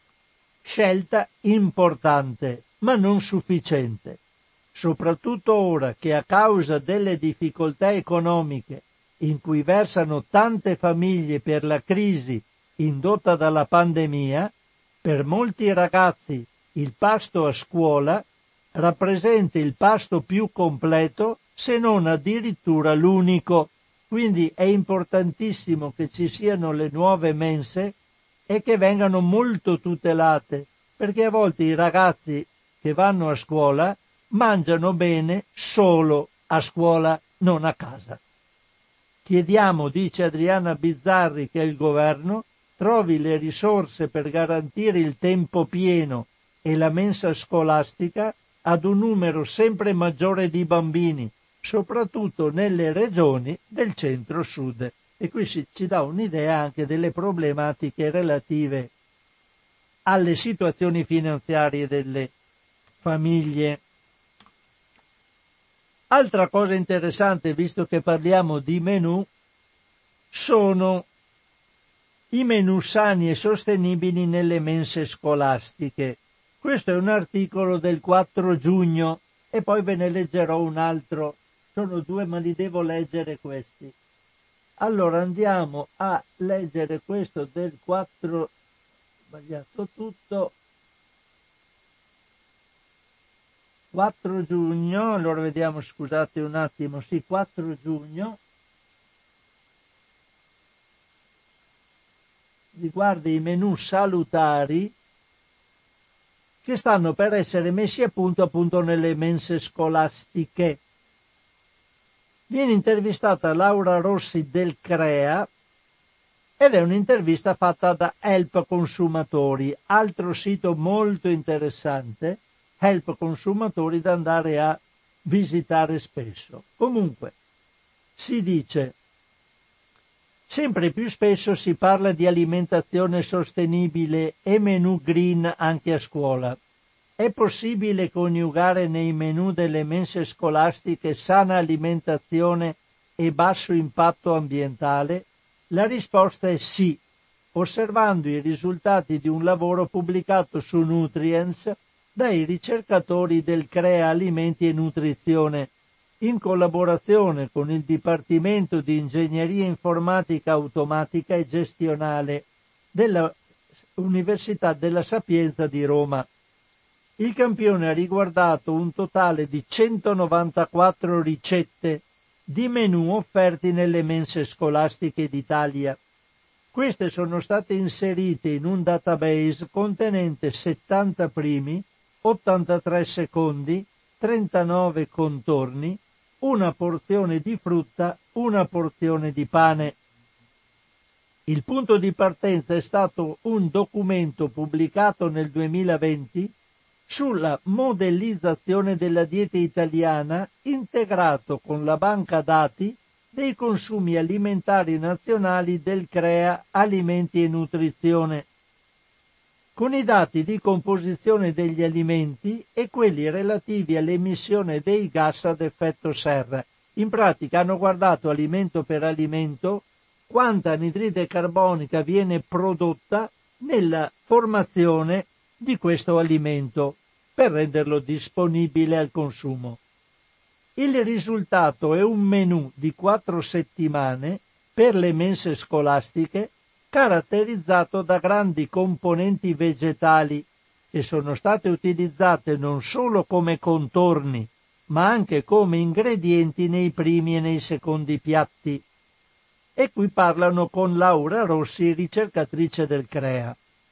Scelta importante, ma non sufficiente, soprattutto ora che a causa delle difficoltà economiche in cui versano tante famiglie per la crisi indotta dalla pandemia, per molti ragazzi il pasto a scuola rappresenta il pasto più completo, se non addirittura l'unico. Quindi è importantissimo che ci siano le nuove mense e che vengano molto tutelate, perché a volte i ragazzi che vanno a scuola mangiano bene solo a scuola, non a casa. Chiediamo, dice Adriana Bizzarri, che il governo trovi le risorse per garantire il tempo pieno e la mensa scolastica ad un numero sempre maggiore di bambini, soprattutto nelle regioni del centro-sud. E qui si, ci dà un'idea anche delle problematiche relative alle situazioni finanziarie delle famiglie. Altra cosa interessante, visto che parliamo di menù, sono i menù sani e sostenibili nelle mense scolastiche. Questo è un articolo del quattro giugno e poi ve ne leggerò un altro. Sono due, ma li devo leggere questi. Allora andiamo a leggere questo del quattro, sbagliato tutto, quattro giugno, allora vediamo, scusate un attimo, sì, quattro giugno, riguarda i menù salutari che stanno per essere messi a punto appunto nelle mense scolastiche. Viene intervistata Laura Rossi del CREA ed è un'intervista fatta da Help Consumatori, altro sito molto interessante, Help Consumatori, da andare a visitare spesso. Comunque, si dice, sempre più spesso si parla di alimentazione sostenibile e menù green anche a scuola. È possibile coniugare nei menù delle mense scolastiche sana alimentazione e basso impatto ambientale? La risposta è sì, osservando i risultati di un lavoro pubblicato su Nutrients dai ricercatori del CREA Alimenti e Nutrizione, in collaborazione con il Dipartimento di Ingegneria Informatica Automatica e Gestionale della Università della Sapienza di Roma. Il campione ha riguardato un totale di centonovantaquattro ricette di menù offerti nelle mense scolastiche d'Italia. Queste sono state inserite in un database contenente settanta primi, ottantatré secondi, trentanove contorni, una porzione di frutta, una porzione di pane. Il punto di partenza è stato un documento pubblicato nel duemilaventi sulla modellizzazione della dieta italiana integrato con la banca dati dei consumi alimentari nazionali del CREA Alimenti e Nutrizione, con i dati di composizione degli alimenti e quelli relativi all'emissione dei gas ad effetto serra. In pratica hanno guardato alimento per alimento quanta anidride carbonica viene prodotta nella formazione di questo alimento per renderlo disponibile al consumo. Il risultato è un menù di quattro settimane per le mense scolastiche caratterizzato da grandi componenti vegetali che sono state utilizzate non solo come contorni ma anche come ingredienti nei primi e nei secondi piatti. E qui parlano con Laura Rossi, ricercatrice del CREA.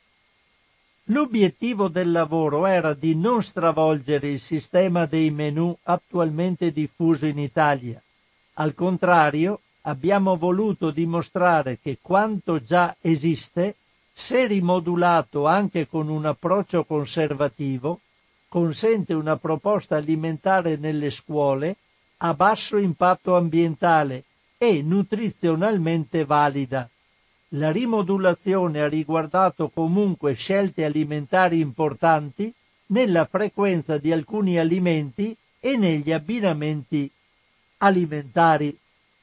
L'obiettivo del lavoro era di non stravolgere il sistema dei menù attualmente diffuso in Italia. Al contrario, abbiamo voluto dimostrare che quanto già esiste, se rimodulato anche con un approccio conservativo, consente una proposta alimentare nelle scuole a basso impatto ambientale e nutrizionalmente valida. La rimodulazione ha riguardato comunque scelte alimentari importanti nella frequenza di alcuni alimenti e negli abbinamenti alimentari.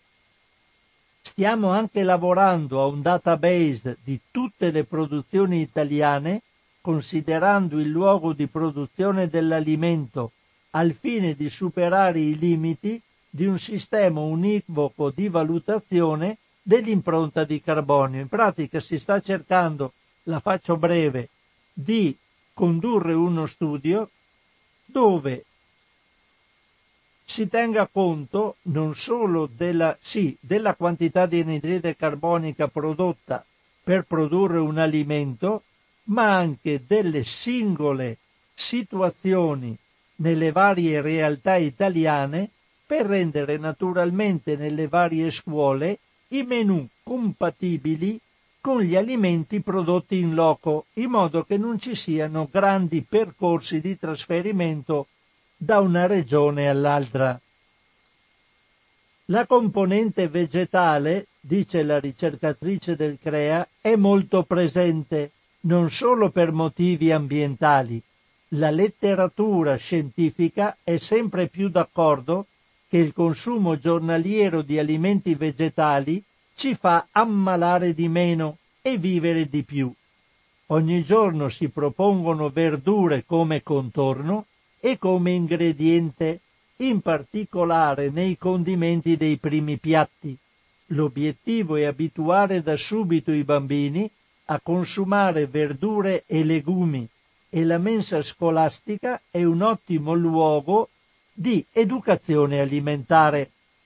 Stiamo anche lavorando a un database di tutte le produzioni italiane, considerando il luogo di produzione dell'alimento, al fine di superare i limiti di un sistema univoco di valutazione dell'impronta di carbonio. In pratica si sta cercando, la faccio breve, di condurre uno studio dove si tenga conto non solo della, sì, della quantità di anidride carbonica prodotta per produrre un alimento, ma anche delle singole situazioni nelle varie realtà italiane per rendere naturalmente nelle varie scuole i menù compatibili con gli alimenti prodotti in loco, in modo che non ci siano grandi percorsi di trasferimento da una regione all'altra. La componente vegetale, dice la ricercatrice del CREA, è molto presente, non solo per motivi ambientali. La letteratura scientifica è sempre più d'accordo che il consumo giornaliero di alimenti vegetali ci fa ammalare di meno e vivere di più. Ogni giorno si propongono verdure come contorno e come ingrediente, in particolare nei condimenti dei primi piatti. L'obiettivo è abituare da subito i bambini a consumare verdure e legumi e la mensa scolastica è un ottimo luogo di educazione alimentare.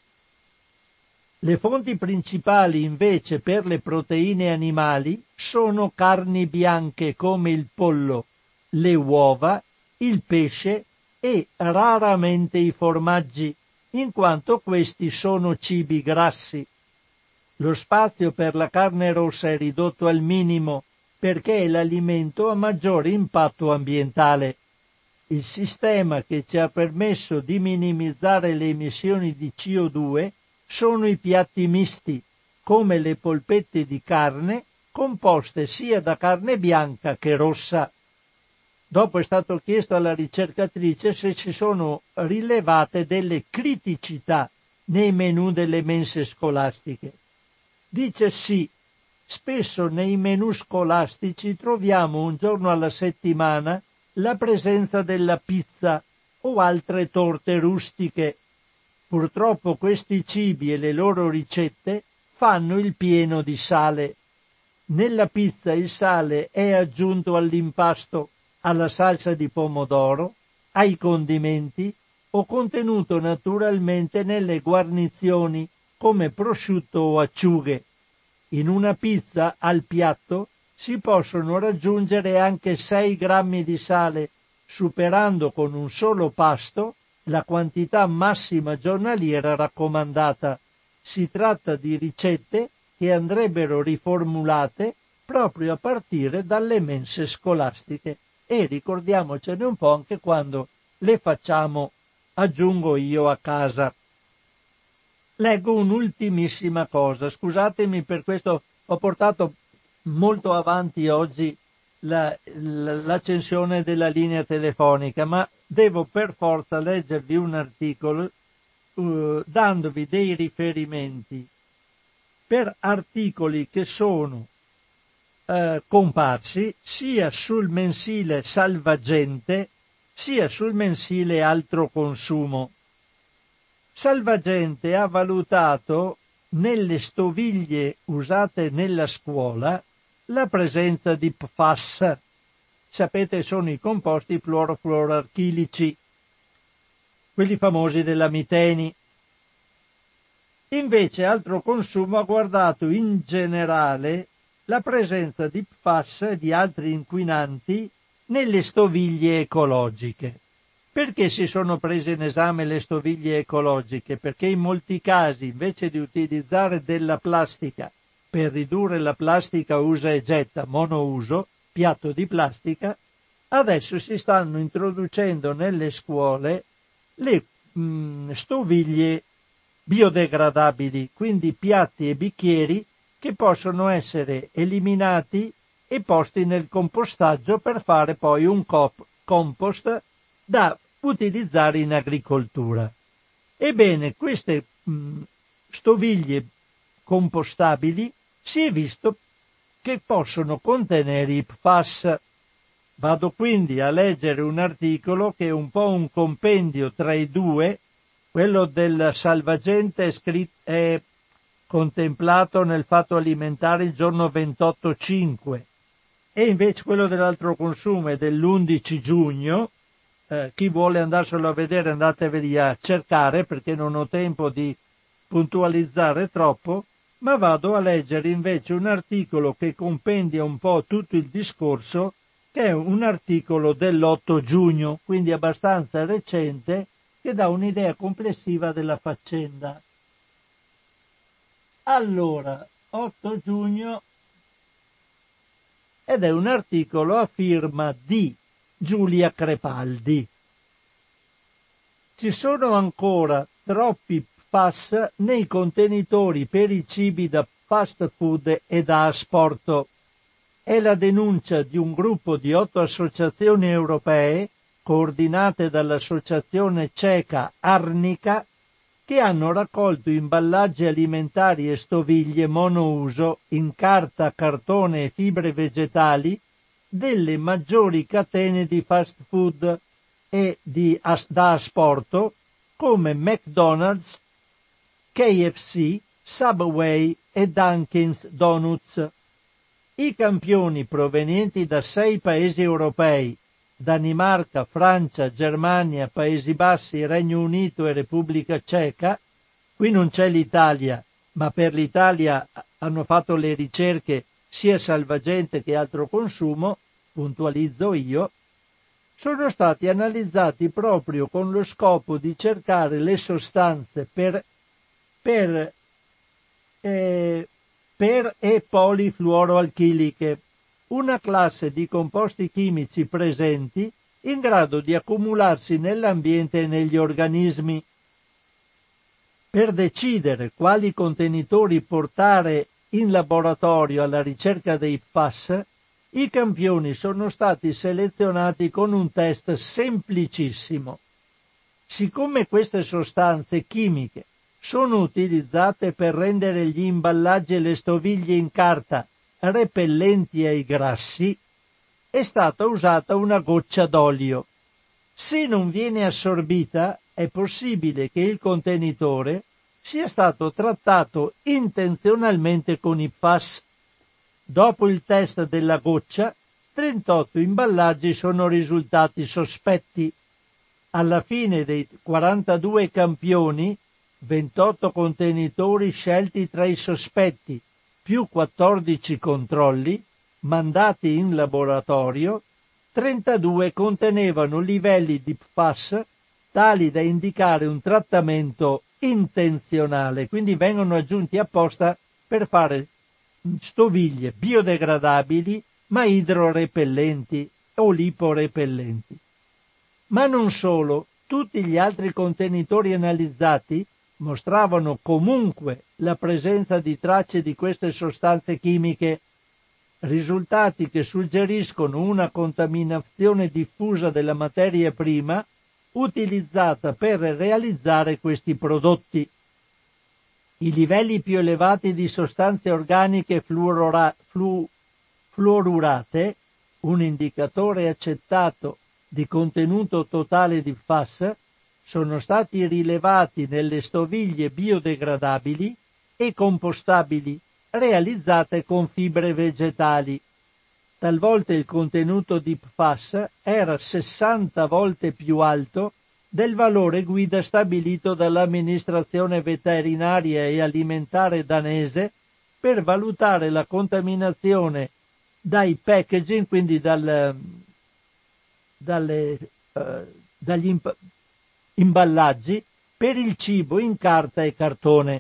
Le fonti principali invece per le proteine animali sono carni bianche come il pollo, le uova, il pesce e raramente i formaggi, in quanto questi sono cibi grassi. Lo spazio per la carne rossa è ridotto al minimo perché è l'alimento a maggiore impatto ambientale. Il sistema che ci ha permesso di minimizzare le emissioni di C O due sono i piatti misti, come le polpette di carne, composte sia da carne bianca che rossa. Dopo è stato chiesto alla ricercatrice se ci sono rilevate delle criticità nei menù delle mense scolastiche. Dice sì, spesso nei menù scolastici troviamo un giorno alla settimana la presenza della pizza o altre torte rustiche. Purtroppo questi cibi e le loro ricette fanno il pieno di sale. Nella pizza il sale è aggiunto all'impasto, alla salsa di pomodoro, ai condimenti o contenuto naturalmente nelle guarnizioni come prosciutto o acciughe. In una pizza al piatto si possono raggiungere anche sei grammi di sale, superando con un solo pasto la quantità massima giornaliera raccomandata. Si tratta di ricette che andrebbero riformulate proprio a partire dalle mense scolastiche, e ricordiamocene un po' anche quando le facciamo, aggiungo io, a casa. Leggo un'ultimissima cosa, scusatemi per questo, ho portato molto avanti oggi la, la, l'accensione della linea telefonica, ma devo per forza leggervi un articolo uh, dandovi dei riferimenti per articoli che sono uh, comparsi sia sul mensile Salvagente sia sul mensile Altro Consumo. Salvagente ha valutato nelle stoviglie usate nella scuola la presenza di P F A S. Sapete, sono i composti fluorofluoralchilici, quelli famosi della Miteni. Invece Altro Consumo ha guardato in generale la presenza di P F A S e di altri inquinanti nelle stoviglie ecologiche. Perché si sono prese in esame le stoviglie ecologiche? Perché in molti casi, invece di utilizzare della plastica per ridurre la plastica usa e getta monouso, piatto di plastica, adesso si stanno introducendo nelle scuole le mh, stoviglie biodegradabili, quindi piatti e bicchieri che possono essere eliminati e posti nel compostaggio per fare poi un cop- compost da utilizzare in agricoltura. Ebbene, queste mh, stoviglie compostabili si è visto che possono contenere i P F A S. Vado quindi a leggere un articolo che è un po' un compendio tra i due. Quello del Salvagente è, scritto, è contemplato nel Fatto Alimentare il giorno ventotto cinque, e invece quello dell'Altro Consumo è dell'undici giugno. Eh, chi vuole andarselo a vedere andateveli a cercare, perché non ho tempo di puntualizzare troppo, ma vado a leggere invece un articolo che compendia un po' tutto il discorso, che è un articolo dell'otto giugno, quindi abbastanza recente, che dà un'idea complessiva della faccenda. Allora, otto giugno, ed è un articolo a firma di Giulia Crepaldi. Ci sono ancora troppi P F A S nei contenitori per i cibi da fast food e da asporto. È la denuncia di un gruppo di otto associazioni europee, coordinate dall'associazione ceca Arnica, che hanno raccolto imballaggi alimentari e stoviglie monouso in carta, cartone e fibre vegetali delle maggiori catene di fast food e di as- da asporto come McDonald's, K F C, Subway e Dunkin' Donuts. I campioni provenienti da sei paesi europei, Danimarca, Francia, Germania, Paesi Bassi, Regno Unito e Repubblica Ceca, qui non c'è l'Italia, ma per l'Italia hanno fatto le ricerche sia Salvagente che Altro Consumo, puntualizzo io, sono stati analizzati proprio con lo scopo di cercare le sostanze per, per, eh, per e polifluoroalchiliche, una classe di composti chimici presenti in grado di accumularsi nell'ambiente e negli organismi. Per decidere quali contenitori portare in laboratorio alla ricerca dei P F A S, i campioni sono stati selezionati con un test semplicissimo. Siccome queste sostanze chimiche sono utilizzate per rendere gli imballaggi e le stoviglie in carta repellenti ai grassi, è stata usata una goccia d'olio. Se non viene assorbita, è possibile che il contenitore sia stato trattato intenzionalmente con i P F A S. Dopo il test della goccia, trentotto imballaggi sono risultati sospetti. Alla fine dei quarantadue campioni, ventotto contenitori scelti tra i sospetti, più quattordici controlli, mandati in laboratorio, trentadue contenevano livelli di P F A S tali da indicare un trattamento intenzionale, quindi vengono aggiunti apposta per fare stoviglie biodegradabili ma idrorepellenti o liporepellenti. Ma non solo, tutti gli altri contenitori analizzati mostravano comunque la presenza di tracce di queste sostanze chimiche, risultati che suggeriscono una contaminazione diffusa della materia prima utilizzata per realizzare questi prodotti. I livelli più elevati di sostanze organiche fluorora, flu, fluorurate, un indicatore accettato di contenuto totale di P F A S, sono stati rilevati nelle stoviglie biodegradabili e compostabili realizzate con fibre vegetali. Talvolta il contenuto di P F A S era sessanta volte più alto del valore guida stabilito dall'amministrazione veterinaria e alimentare danese per valutare la contaminazione dai packaging, quindi dal, dalle, eh, dagli imp- imballaggi per il cibo in carta e cartone.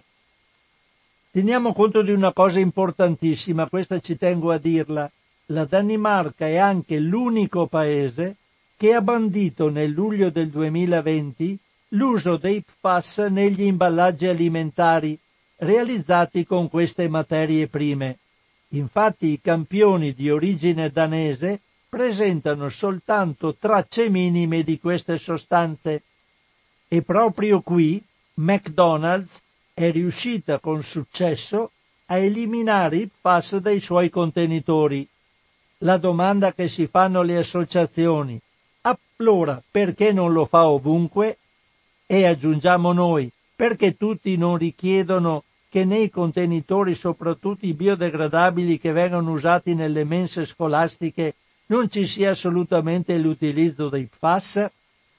Teniamo conto di una cosa importantissima, questa ci tengo a dirla. La Danimarca è anche l'unico paese che ha bandito nel luglio del duemilaventi l'uso dei P F A S negli imballaggi alimentari realizzati con queste materie prime. Infatti i campioni di origine danese presentano soltanto tracce minime di queste sostanze e proprio qui McDonald's è riuscita con successo a eliminare i P F A S dai suoi contenitori. La domanda che si fanno le associazioni: allora perché non lo fa ovunque? E aggiungiamo noi, perché tutti non richiedono che nei contenitori, soprattutto i biodegradabili che vengono usati nelle mense scolastiche, non ci sia assolutamente l'utilizzo dei P F A S?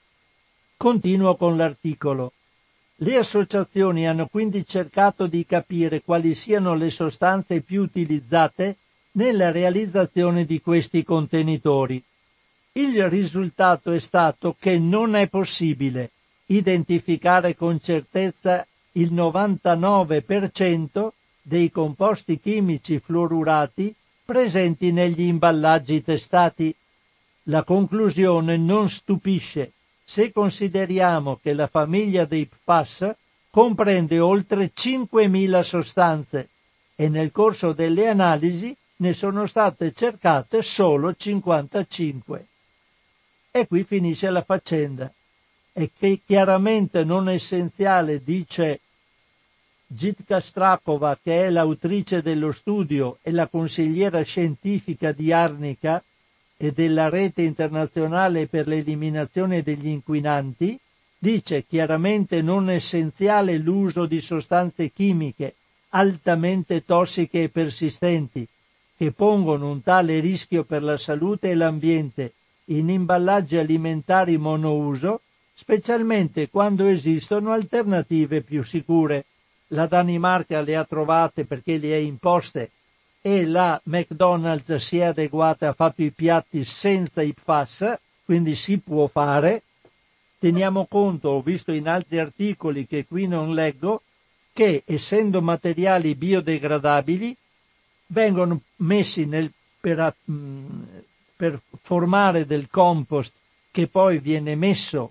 Continuo con l'articolo. Le associazioni hanno quindi cercato di capire quali siano le sostanze più utilizzate nella realizzazione di questi contenitori. Il risultato è stato che non è possibile identificare con certezza il novantanove per cento dei composti chimici fluorurati presenti negli imballaggi testati. La conclusione non stupisce se consideriamo che la famiglia dei P F A S comprende oltre cinquemila sostanze e nel corso delle analisi ne sono state cercate solo cinquantacinque. E qui finisce la faccenda. E che chiaramente non è essenziale, dice Jitka Strakova, che è l'autrice dello studio e la consigliera scientifica di Arnica e della Rete Internazionale per l'Eliminazione degli Inquinanti, dice chiaramente non essenziale l'uso di sostanze chimiche altamente tossiche e persistenti, che pongono un tale rischio per la salute e l'ambiente in imballaggi alimentari monouso, specialmente quando esistono alternative più sicure. La Danimarca le ha trovate perché le ha imposte e la McDonald's si è adeguata, ha fatto i piatti senza i P F A S, quindi si può fare. Teniamo conto, ho visto in altri articoli che qui non leggo, che essendo materiali biodegradabili vengono messi nel, per, per formare del compost che poi viene messo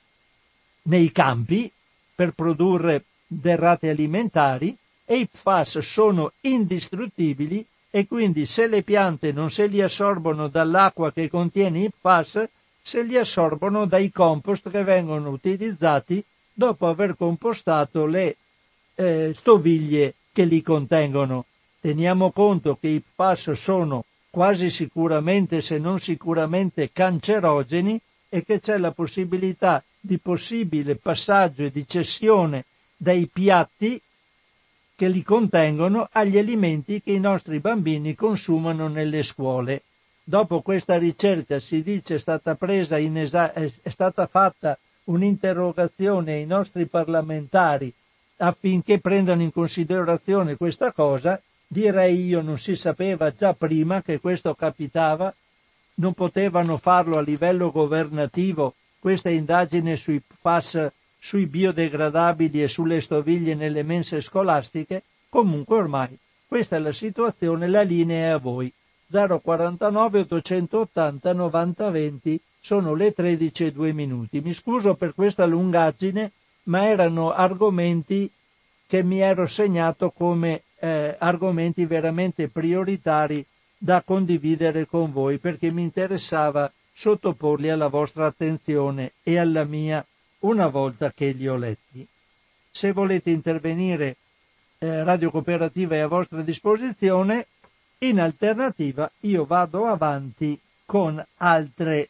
nei campi per produrre derrate alimentari, e i P F A S sono indistruttibili e quindi se le piante non se li assorbono dall'acqua che contiene i P F A S, se li assorbono dai compost che vengono utilizzati dopo aver compostato le eh, stoviglie che li contengono. Teniamo conto che i P F A S sono quasi sicuramente, se non sicuramente, cancerogeni e che c'è la possibilità di possibile passaggio e di cessione dai piatti che li contengono agli alimenti che i nostri bambini consumano nelle scuole. Dopo questa ricerca si dice è stata presa in esa- è stata fatta un'interrogazione ai nostri parlamentari affinché prendano in considerazione questa cosa. Direi io, non si sapeva già prima che questo capitava? Non potevano farlo a livello governativo questa indagine sui P F A S, sui biodegradabili e sulle stoviglie nelle mense scolastiche. Comunque ormai questa è la situazione, la linea è a voi. zero quarantanove ottocentottanta novanta venti, sono le tredici e due minuti. Mi scuso per questa lungaggine, ma erano argomenti che mi ero segnato come eh, argomenti veramente prioritari da condividere con voi, perché mi interessava sottoporli alla vostra attenzione e alla mia una volta che li ho letti. Se volete intervenire, eh, Radio Cooperativa è a vostra disposizione. In alternativa io vado avanti con altre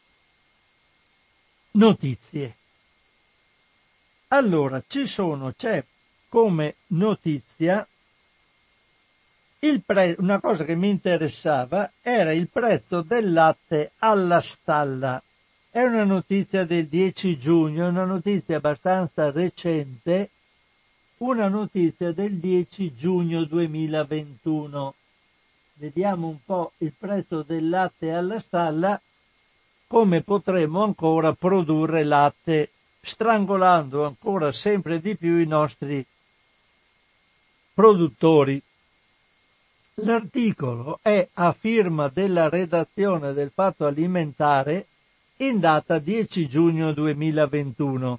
notizie. Allora, ci sono, c'è come notizia il pre- una cosa che mi interessava era il prezzo del latte alla stalla. È una notizia del dieci giugno, una notizia abbastanza recente, una notizia del dieci giugno duemilaventuno. Vediamo un po' il prezzo del latte alla stalla, come potremo ancora produrre latte, strangolando ancora sempre di più i nostri produttori. L'articolo è a firma della redazione del Fatto Alimentare in data dieci giugno duemilaventuno.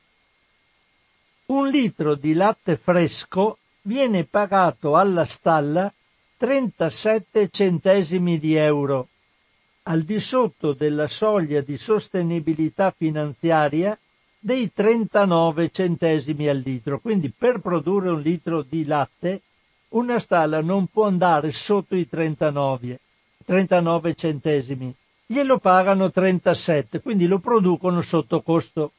Un litro di latte fresco viene pagato alla stalla trentasette centesimi di euro, al di sotto della soglia di sostenibilità finanziaria dei trentanove centesimi al litro. Quindi per produrre un litro di latte una stalla non può andare sotto i trentanove, trentanove centesimi. Glielo pagano trentasette, quindi lo producono sotto costo.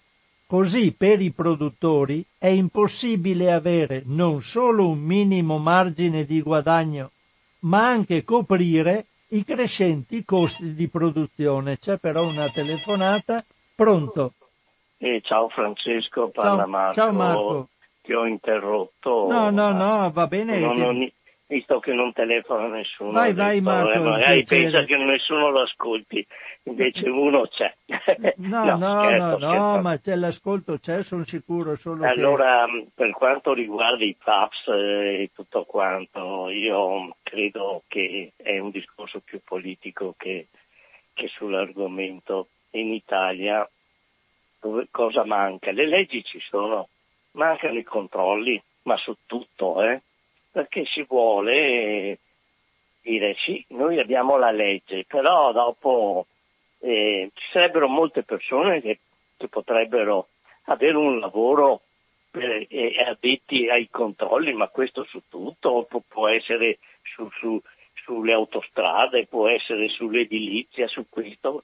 Così per i produttori è impossibile avere non solo un minimo margine di guadagno, ma anche coprire i crescenti costi di produzione. C'è però una telefonata. Pronto?
Eh, ciao Francesco, parla
Ciao,
Marco.
ciao Marco.
Ti ho interrotto.
No, no, no, va bene.
Non,
Che...
non, visto che non telefona nessuno.
Vai,
detto,
vai Marco,
eh, magari pensa che nessuno lo ascolti, invece uno c'è.
No, no, no,
scherzo,
no,
scherzo.
ma c'è l'ascolto, c'è, sono sicuro, solo
allora, che... per quanto riguarda i P A P S e tutto quanto, io credo che è un discorso più politico che, che sull'argomento. In Italia dove, cosa manca? Le leggi ci sono, mancano i controlli, ma su tutto, eh? Perché si vuole dire sì, noi abbiamo la legge, però dopo eh, ci sarebbero molte persone che, che potrebbero avere un lavoro per, eh, addetti ai controlli, ma questo su tutto, può, può essere su, su, sulle autostrade, può essere sull'edilizia, su questo.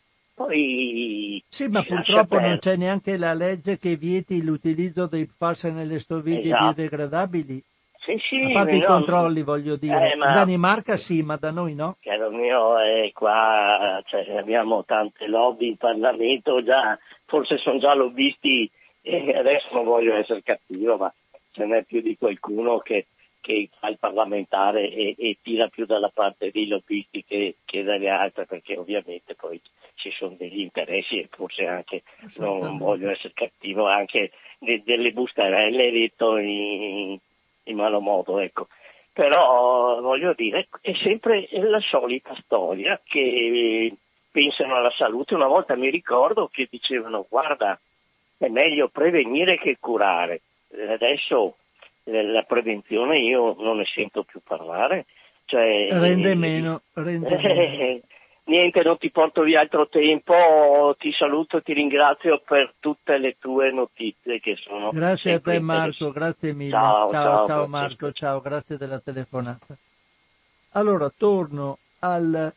Poi
sì, ma purtroppo non c'è neanche la legge che vieti l'utilizzo dei P F A S nelle stoviglie
esatto.
biodegradabili.
Sì, sì,
a parte
no,
i controlli, voglio dire.
Eh, ma,
in Danimarca sì, ma da noi no.
Caro mio, eh, qua cioè, abbiamo tante lobby in Parlamento, già, forse sono già lobbisti, e adesso non voglio essere cattivo, ma ce n'è più di qualcuno che, che fa il parlamentare e, e tira più dalla parte dei lobbisti che, che dalle altre, perché ovviamente poi ci sono degli interessi e forse anche, non voglio essere cattivo, anche de, delle bustarelle, detto in, in malo modo, ecco. Però voglio dire, è sempre la solita storia che pensano alla salute. Una volta mi ricordo che dicevano guarda, è meglio prevenire che curare. Adesso la prevenzione io non ne sento più parlare. Cioè,
rende
eh,
meno, rende
eh,
meno.
Niente, non ti porto via altro tempo, ti saluto e ti ringrazio per tutte le tue notizie che sono
grazie a te Marco, grazie mille.
Ciao,
ciao,
ciao,
ciao Marco, ciao, grazie della telefonata. Allora, torno al...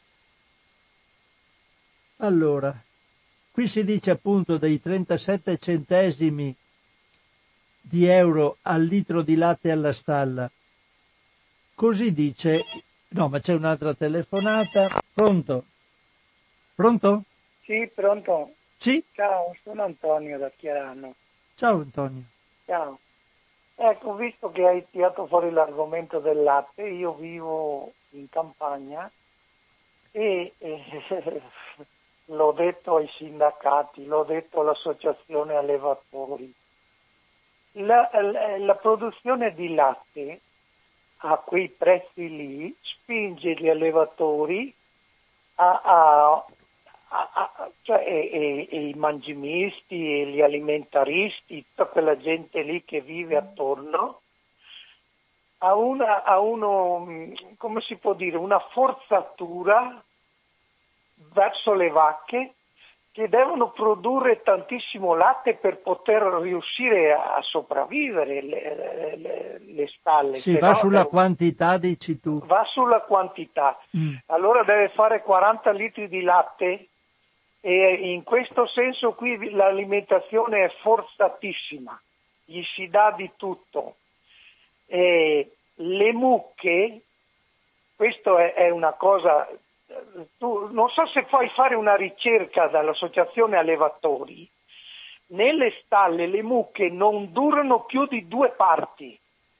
Allora, qui si dice appunto dei trentasette centesimi di euro al litro di latte alla stalla. Così dice... No, ma c'è un'altra telefonata. Pronto? Pronto?
Sì, pronto.
Sì?
Ciao, sono Antonio da Chiarano.
Ciao Antonio.
Ciao. Ecco, visto che hai tirato fuori l'argomento del latte, io vivo in campagna e eh, l'ho detto ai sindacati, l'ho detto all'associazione allevatori. La, la, la produzione di latte a quei prezzi lì spinge gli allevatori a, a, a, a cioè e, e, e i mangimisti e gli alimentaristi, tutta quella gente lì che vive attorno a una a uno come si può dire una forzatura verso le vacche che devono produrre tantissimo latte per poter riuscire a sopravvivere le, le, le stalle.
Sì,
se
va
no,
sulla
devo,
quantità, dici tu.
Va sulla quantità. Mm. Allora deve fare quaranta litri di latte e in questo senso qui l'alimentazione è forzatissima, gli si dà di tutto. E le mucche, questo è, è una cosa... Tu, non so se puoi fare una ricerca dall'associazione allevatori, nelle stalle le mucche non durano più di due parti.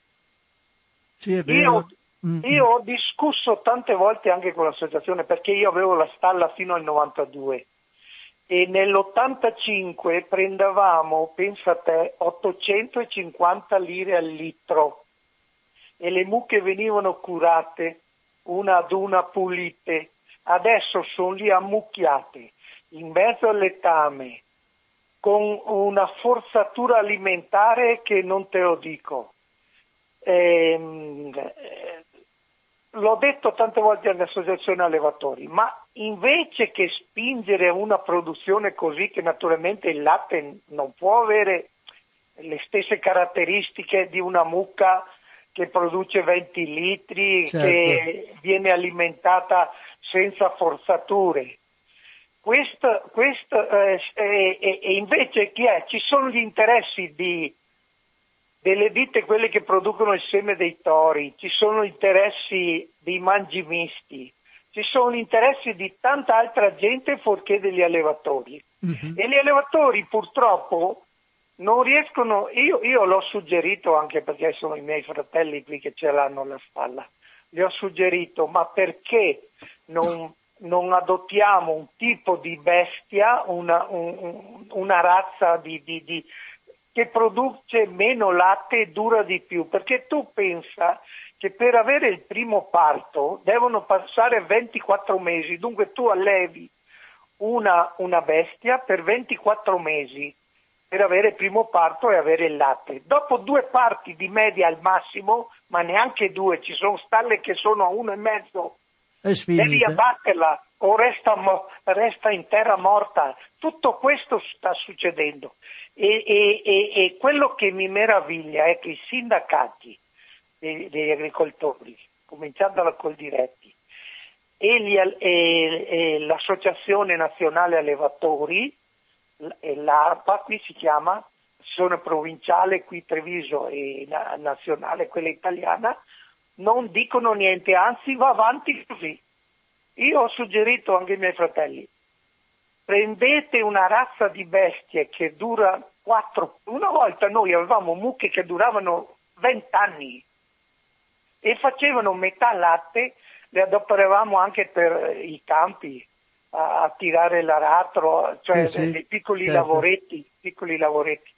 Sì, è vero.
Io, mm. io ho discusso tante volte anche con l'associazione perché io avevo la stalla fino al novantadue e nell'ottantacinque prendevamo, pensa a te, ottocentocinquanta lire al litro e le mucche venivano curate una ad una, pulite. Adesso sono lì ammucchiate in mezzo al letame con una forzatura alimentare che non te lo dico. Ehm, eh, l'ho detto tante volte all'associazione allevatori, ma invece che spingere una produzione così, che naturalmente il latte non può avere le stesse caratteristiche di una mucca che produce venti litri, certo, che viene alimentata senza forzature. Questo, questo eh, e, e invece chi è? Ci sono gli interessi di, delle ditte, quelle che producono il seme dei tori, ci sono gli interessi dei mangimisti, ci sono gli interessi di tanta altra gente fuorché degli allevatori. Mm-hmm. E gli allevatori purtroppo non riescono, io, io l'ho suggerito anche perché sono i miei fratelli qui che ce l'hanno alla spalla, gli ho suggerito, ma perché non, non adottiamo un tipo di bestia, una, un, una razza di, di, di, che produce meno latte e dura di più? Perché tu pensa che per avere il primo parto devono passare ventiquattro mesi, dunque tu allevi una, una bestia per ventiquattro mesi per avere il primo parto e avere il latte. Dopo due parti di media al massimo, ma neanche due, ci sono stalle che sono a uno e mezzo, devi abbatterla o resta, resta in terra morta. Tutto questo sta succedendo e, e, e, e quello che mi meraviglia è che i sindacati dei, degli agricoltori, cominciando da Coldiretti, e, gli, e, e l'Associazione Nazionale Allevatori, e l'ARPA qui si chiama, sono provinciale qui Treviso e nazionale quella italiana, non dicono niente, anzi va avanti così. Io ho suggerito anche ai miei fratelli, prendete una razza di bestie che dura quattro, una volta noi avevamo mucche che duravano venti anni e facevano metà latte, le adoperavamo anche per i campi a, a tirare l'aratro, cioè sì, sì, dei piccoli certo. lavoretti, piccoli lavoretti.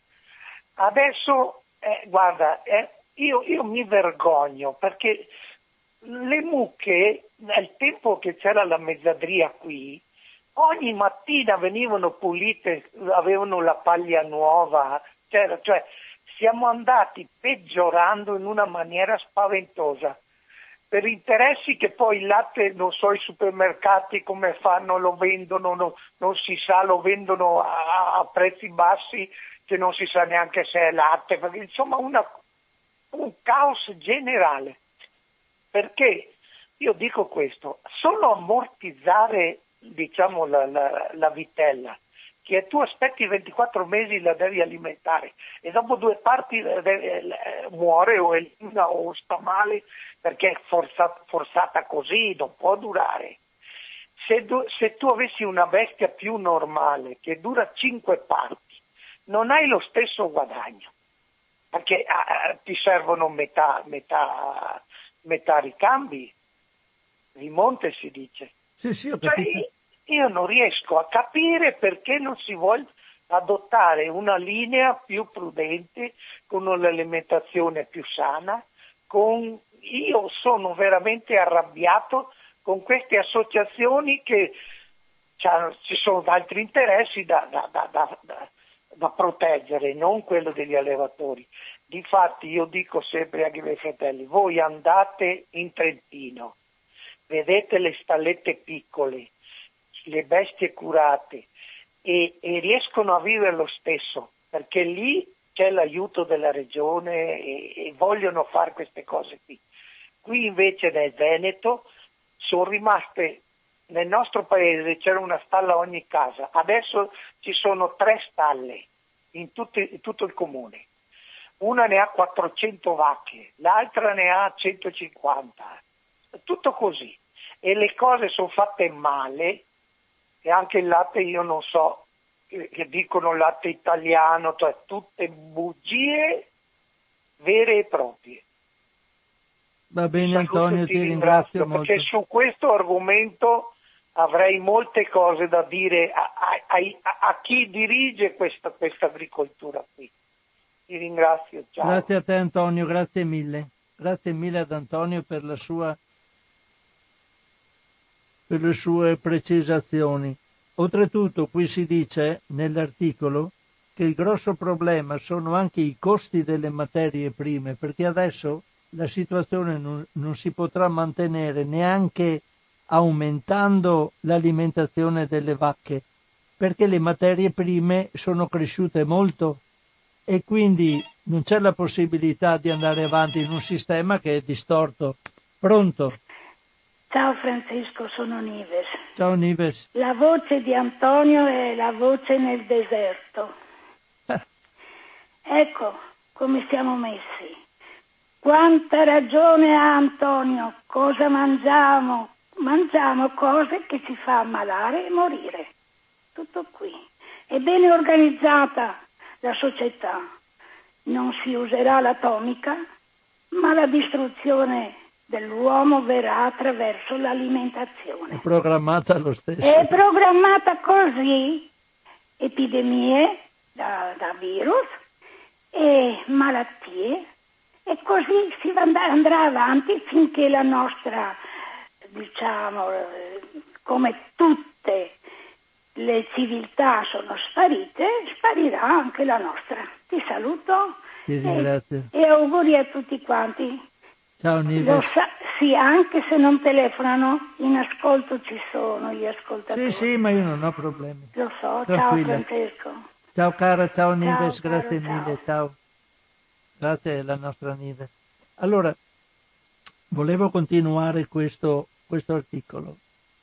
Adesso, eh, guarda, eh, io, io mi vergogno perché le mucche, nel tempo che c'era la mezzadria qui, ogni mattina venivano pulite, avevano la paglia nuova, cioè, cioè siamo andati peggiorando in una maniera spaventosa. Per interessi che poi il latte, non so, i supermercati come fanno, lo vendono, no, non si sa, lo vendono a, a prezzi bassi che non si sa neanche se è latte, perché insomma una, un caos generale. Perché io dico questo, solo ammortizzare diciamo la, la, la vitella, che tu aspetti ventiquattro mesi la devi alimentare e dopo due parti deve, muore o elimina o sta male perché è forzata, forzata così, non può durare. Se, du, se tu avessi una bestia più normale che dura cinque parti, non hai lo stesso guadagno, perché ah, ti servono metà, metà, metà ricambi, rimonte si dice.
Sì, sì, ho
cioè,
capito.
io non riesco a capire perché non si voglia adottare una linea più prudente, con un'alimentazione più sana. Con... Io sono veramente arrabbiato con queste associazioni che ci sono altri interessi da, da, da, da, da, da proteggere, non quello degli allevatori. Difatti io dico sempre anche ai miei fratelli, voi andate in Trentino, vedete le stallette piccole, le bestie curate, e, e riescono a vivere lo stesso, perché lì c'è l'aiuto della regione e, e vogliono fare queste cose qui. Qui invece nel Veneto sono rimaste, nel nostro paese c'era una stalla a ogni casa, adesso ci sono tre stalle in, tutti, in tutto il comune. Una ne ha quattrocento vacche, l'altra ne ha centocinquanta, tutto così. E le cose sono fatte male, e anche il latte, io non so, che dicono latte italiano, cioè tutte bugie vere e proprie.
Va bene Antonio, ti, ti ringrazio, ringrazio molto.
Perché su questo argomento avrei molte cose da dire a, a, a, a chi dirige questa, questa agricoltura qui. Ti ringrazio, ciao.
Grazie a te Antonio, grazie mille. Grazie mille ad Antonio per la sua per le sue precisazioni. Oltretutto qui si dice nell'articolo che il grosso problema sono anche i costi delle materie prime, perché adesso la situazione non, non si potrà mantenere neanche aumentando l'alimentazione delle vacche, perché le materie prime sono cresciute molto e quindi non c'è la possibilità di andare avanti in un sistema che è distorto. Pronto?
Ciao Francisco, sono Nives.
Ciao Nives.
La voce di Antonio è la voce nel deserto. Eh. Ecco come siamo messi. Quanta ragione ha Antonio. Cosa mangiamo? Mangiamo cose che ci fa ammalare e morire. Tutto qui. È bene organizzata la società. Non si userà l'atomica, ma la distruzione dell'uomo verrà attraverso l'alimentazione.
È programmata lo stesso.
È programmata così. Epidemie da, da virus e malattie, e così si andrà avanti finché la nostra, diciamo, come tutte le civiltà sono sparite, sparirà anche la nostra. Ti saluto.
Ti ringrazio.
E, e auguri a tutti quanti.
Ciao Nives.
Lo sa, sì, anche se non telefonano, in ascolto ci sono gli ascoltatori.
Sì, sì, ma io non ho problemi.
Lo so,
Tranquilla.
Ciao Francesco.
Ciao cara, ciao Nives,
ciao,
grazie
caro,
mille, ciao.
ciao.
Grazie alla nostra Nives. Allora, volevo continuare questo, questo articolo.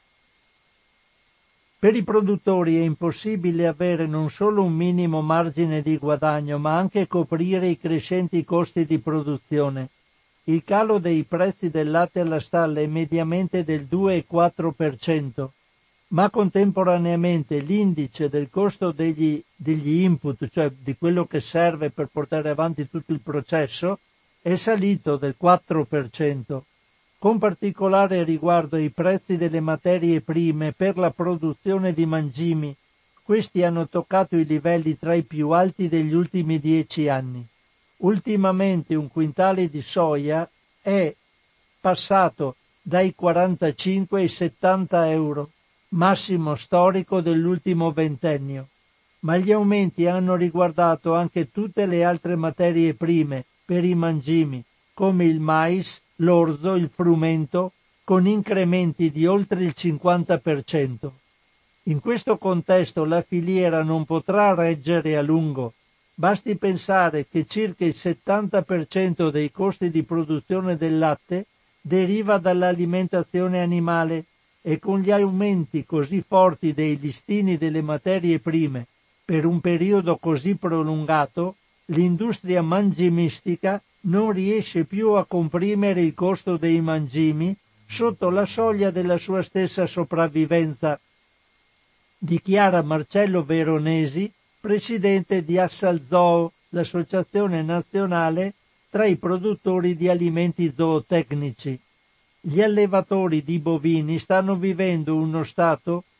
Per i produttori è impossibile avere non solo un minimo margine di guadagno, ma anche coprire i crescenti costi di produzione. Il calo dei prezzi del latte alla stalla è mediamente del due virgola quattro per cento, ma contemporaneamente l'indice del costo degli, degli input, cioè di quello che serve per portare avanti tutto il processo, è salito del quattro per cento, con particolare riguardo ai prezzi delle materie prime per la produzione di mangimi. Questi hanno toccato i livelli tra i più alti degli ultimi dieci anni. Ultimamente un quintale di soia è passato dai quarantacinque ai settanta euro, massimo storico dell'ultimo ventennio, ma gli aumenti hanno riguardato anche tutte le altre materie prime per i mangimi, come il mais, l'orzo, il frumento, con incrementi di oltre il cinquanta per cento. In questo contesto la filiera non potrà reggere a lungo. Basti pensare che circa il settanta per cento dei costi di produzione del latte deriva dall'alimentazione animale e con gli aumenti così forti dei listini delle materie prime per un periodo così prolungato, l'industria mangimistica non riesce più a comprimere il costo dei mangimi sotto la soglia della sua stessa sopravvivenza, dichiara Marcello Veronesi, presidente di Assalzoo, l'associazione nazionale tra i produttori di alimenti zootecnici. Gli allevatori di bovini stanno vivendo uno stato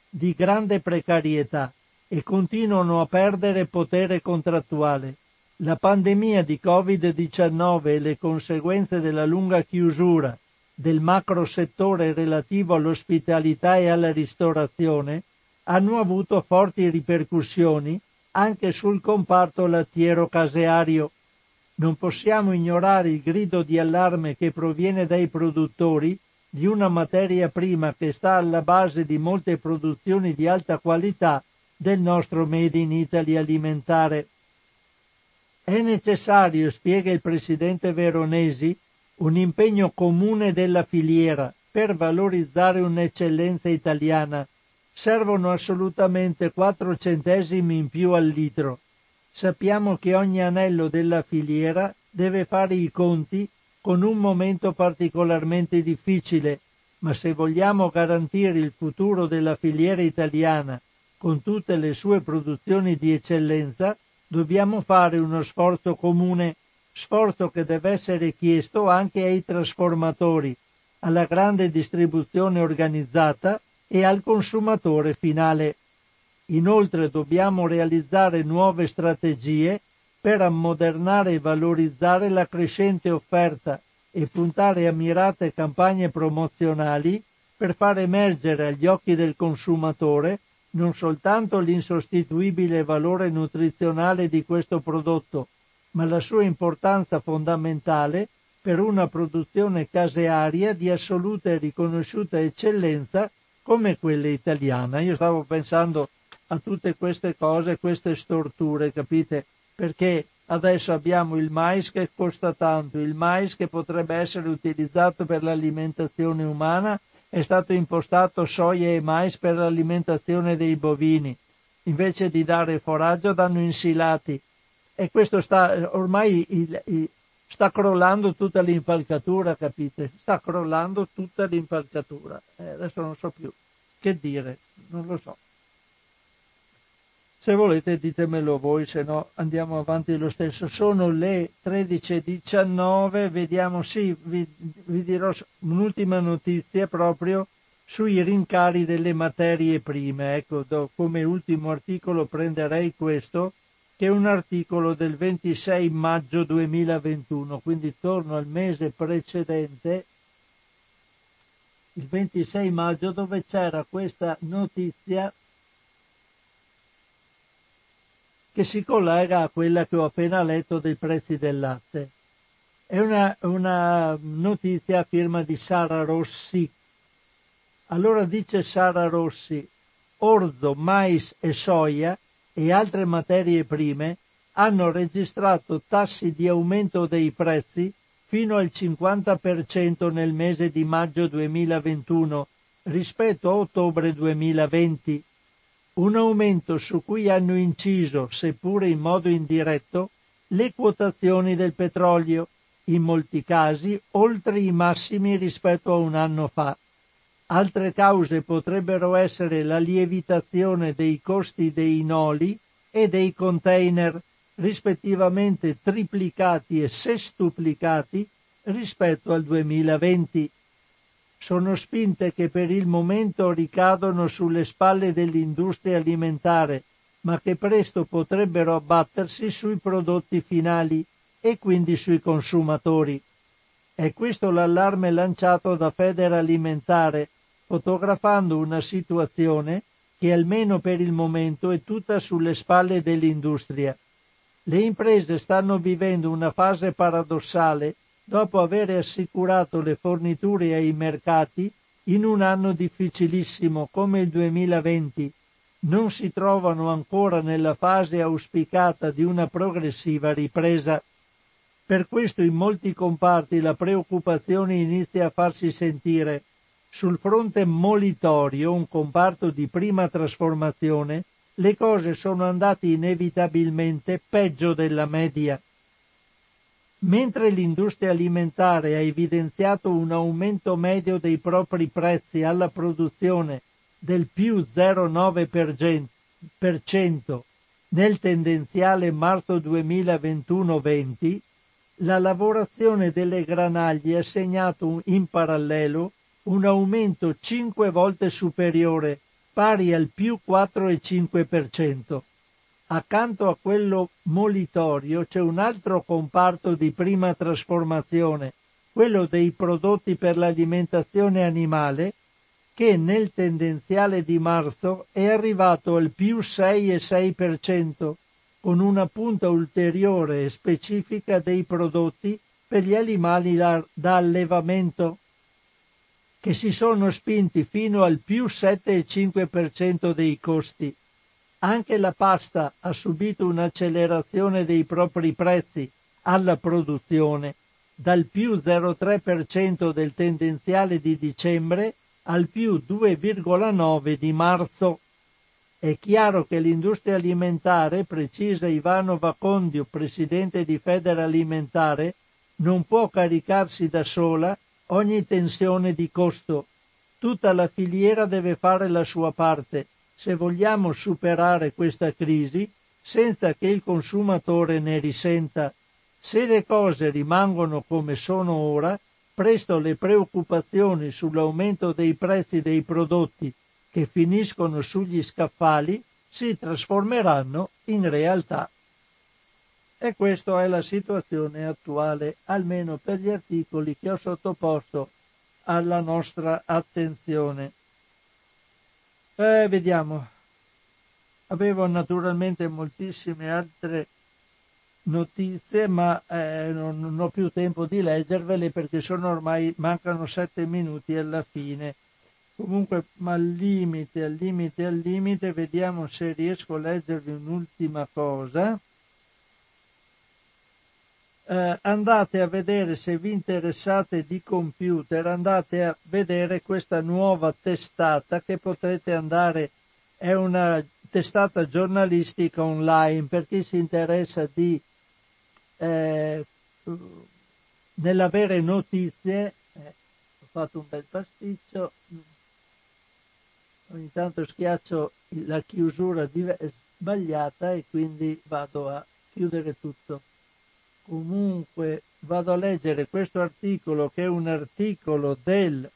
di grande precarietà e continuano a perdere potere contrattuale. La pandemia di covid diciannove e le conseguenze della lunga chiusura del macro settore relativo all'ospitalità e alla ristorazione hanno avuto forti ripercussioni anche sul comparto lattiero-caseario. Non possiamo ignorare il grido di allarme che proviene dai produttori di una materia prima che sta alla base di molte produzioni di alta qualità del nostro Made in Italy alimentare. È necessario, spiega il presidente Veronesi, un impegno comune della filiera per valorizzare un'eccellenza italiana. Servono assolutamente quattro centesimi in più al litro. Sappiamo che ogni anello della filiera deve fare i conti con un momento particolarmente difficile, ma se vogliamo garantire il futuro della filiera italiana con tutte le sue produzioni di eccellenza, dobbiamo fare uno sforzo comune, sforzo che deve essere chiesto anche ai trasformatori, alla grande distribuzione organizzata e al consumatore finale. Inoltre dobbiamo realizzare nuove strategie per ammodernare e valorizzare la crescente offerta e puntare a mirate campagne promozionali per far emergere agli occhi del consumatore non soltanto l'insostituibile valore nutrizionale di questo prodotto, ma la sua importanza fondamentale per una produzione casearia di assoluta e riconosciuta eccellenza come quella italiana. Io stavo pensando a tutte queste cose, queste storture, capite? Perché adesso abbiamo il mais che costa tanto, il mais che potrebbe essere utilizzato per l'alimentazione umana è stato impostato soia e mais per l'alimentazione dei bovini, invece di dare foraggio danno insilati, e questo sta ormai il, il, sta crollando tutta l'impalcatura, capite? Sta crollando tutta l'impalcatura. Eh, adesso non so più che dire, non lo so. Se volete ditemelo voi, se no andiamo avanti lo stesso. Sono le tredici e diciannove, vediamo, sì, vi, vi dirò un'ultima notizia proprio sui rincari delle materie prime. Ecco, do, come ultimo articolo prenderei questo, che è un articolo del ventisei maggio duemilaventuno, quindi torno al mese precedente, il ventisei maggio, dove c'era questa notizia che si collega a quella che ho appena letto dei prezzi del latte. È una, una notizia a firma di Sara Rossi. Allora dice Sara Rossi: orzo, mais e soia e altre materie prime hanno registrato tassi di aumento dei prezzi fino al cinquanta per cento nel mese di maggio duemilaventuno rispetto a ottobre duemilaventi. Un aumento su cui hanno inciso, seppure in modo indiretto, le quotazioni del petrolio, in molti casi oltre i massimi rispetto a un anno fa. Altre cause potrebbero essere la lievitazione dei costi dei noli e dei container, rispettivamente triplicati e sestuplicati rispetto al duemilaventi. Sono spinte che per il momento ricadono sulle spalle dell'industria alimentare, ma che presto potrebbero abbattersi sui prodotti finali e quindi sui consumatori. È questo l'allarme lanciato da Federalimentare, fotografando una situazione che almeno per il momento è tutta sulle spalle dell'industria. Le imprese stanno vivendo una fase paradossale dopo aver assicurato le forniture ai mercati in un anno difficilissimo come il duemilaventi. Non si trovano ancora nella fase auspicata di una progressiva ripresa. Per questo in molti comparti la preoccupazione inizia a farsi sentire. Sul fronte molitorio, un comparto di prima trasformazione, le cose sono andate inevitabilmente peggio della media. Mentre l'industria alimentare ha evidenziato un aumento medio dei propri prezzi alla produzione del più zero virgola nove per cento nel tendenziale marzo duemilaventuno venti, la lavorazione delle granaglie ha segnato in parallelo un aumento cinque volte superiore, pari al più quattro virgola cinque per cento. Accanto a quello molitorio c'è un altro comparto di prima trasformazione, quello dei prodotti per l'alimentazione animale, che nel tendenziale di marzo è arrivato al più sei virgola sei per cento, con una punta ulteriore e specifica dei prodotti per gli animali da, da allevamento, che si sono spinti fino al più sette virgola cinque per cento dei costi. Anche la pasta ha subito un'accelerazione dei propri prezzi alla produzione, dal più zero virgola tre per cento del tendenziale di dicembre al più due virgola nove per cento di marzo. È chiaro che l'industria alimentare, precisa Ivano Vacondio, presidente di Federalimentare, non può caricarsi da sola ogni tensione di costo. Tutta la filiera deve fare la sua parte se vogliamo superare questa crisi senza che il consumatore ne risenta. Se le cose rimangono come sono ora, presto le preoccupazioni sull'aumento dei prezzi dei prodotti che finiscono sugli scaffali si trasformeranno in realtà. E questa è la situazione attuale, almeno per gli articoli che ho sottoposto alla nostra attenzione. Eh, vediamo. Avevo naturalmente moltissime altre notizie, ma eh, non, non ho più tempo di leggervele perché sono ormai, mancano sette minuti alla fine. Comunque, ma al limite, al limite, al limite, vediamo se riesco a leggervi un'ultima cosa. Eh, andate a vedere, se vi interessate di computer, andate a vedere questa nuova testata che potrete andare, è una testata giornalistica online per chi si interessa di eh, nell'avere notizie. Eh, ho fatto un bel pasticcio, ogni tanto schiaccio la chiusura di, sbagliata e quindi vado a chiudere tutto. Comunque vado a leggere questo articolo, che è un articolo del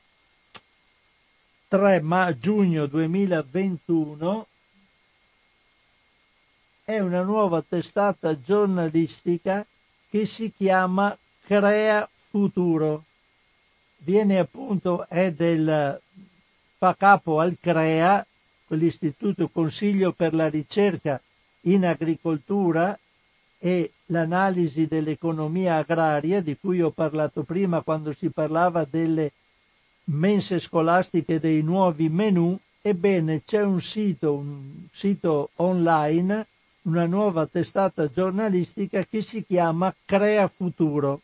tre giugno duemilaventuno, è una nuova testata giornalistica che si chiama Crea Futuro. Viene appunto, è del, fa capo al CREA, quell'Istituto Consiglio per la Ricerca in Agricoltura e l'Analisi dell'Economia Agraria, di cui ho parlato prima quando si parlava delle mense scolastiche, dei nuovi menù. Ebbene, c'è un sito, un sito online, una nuova testata giornalistica che si chiama Crea Futuro.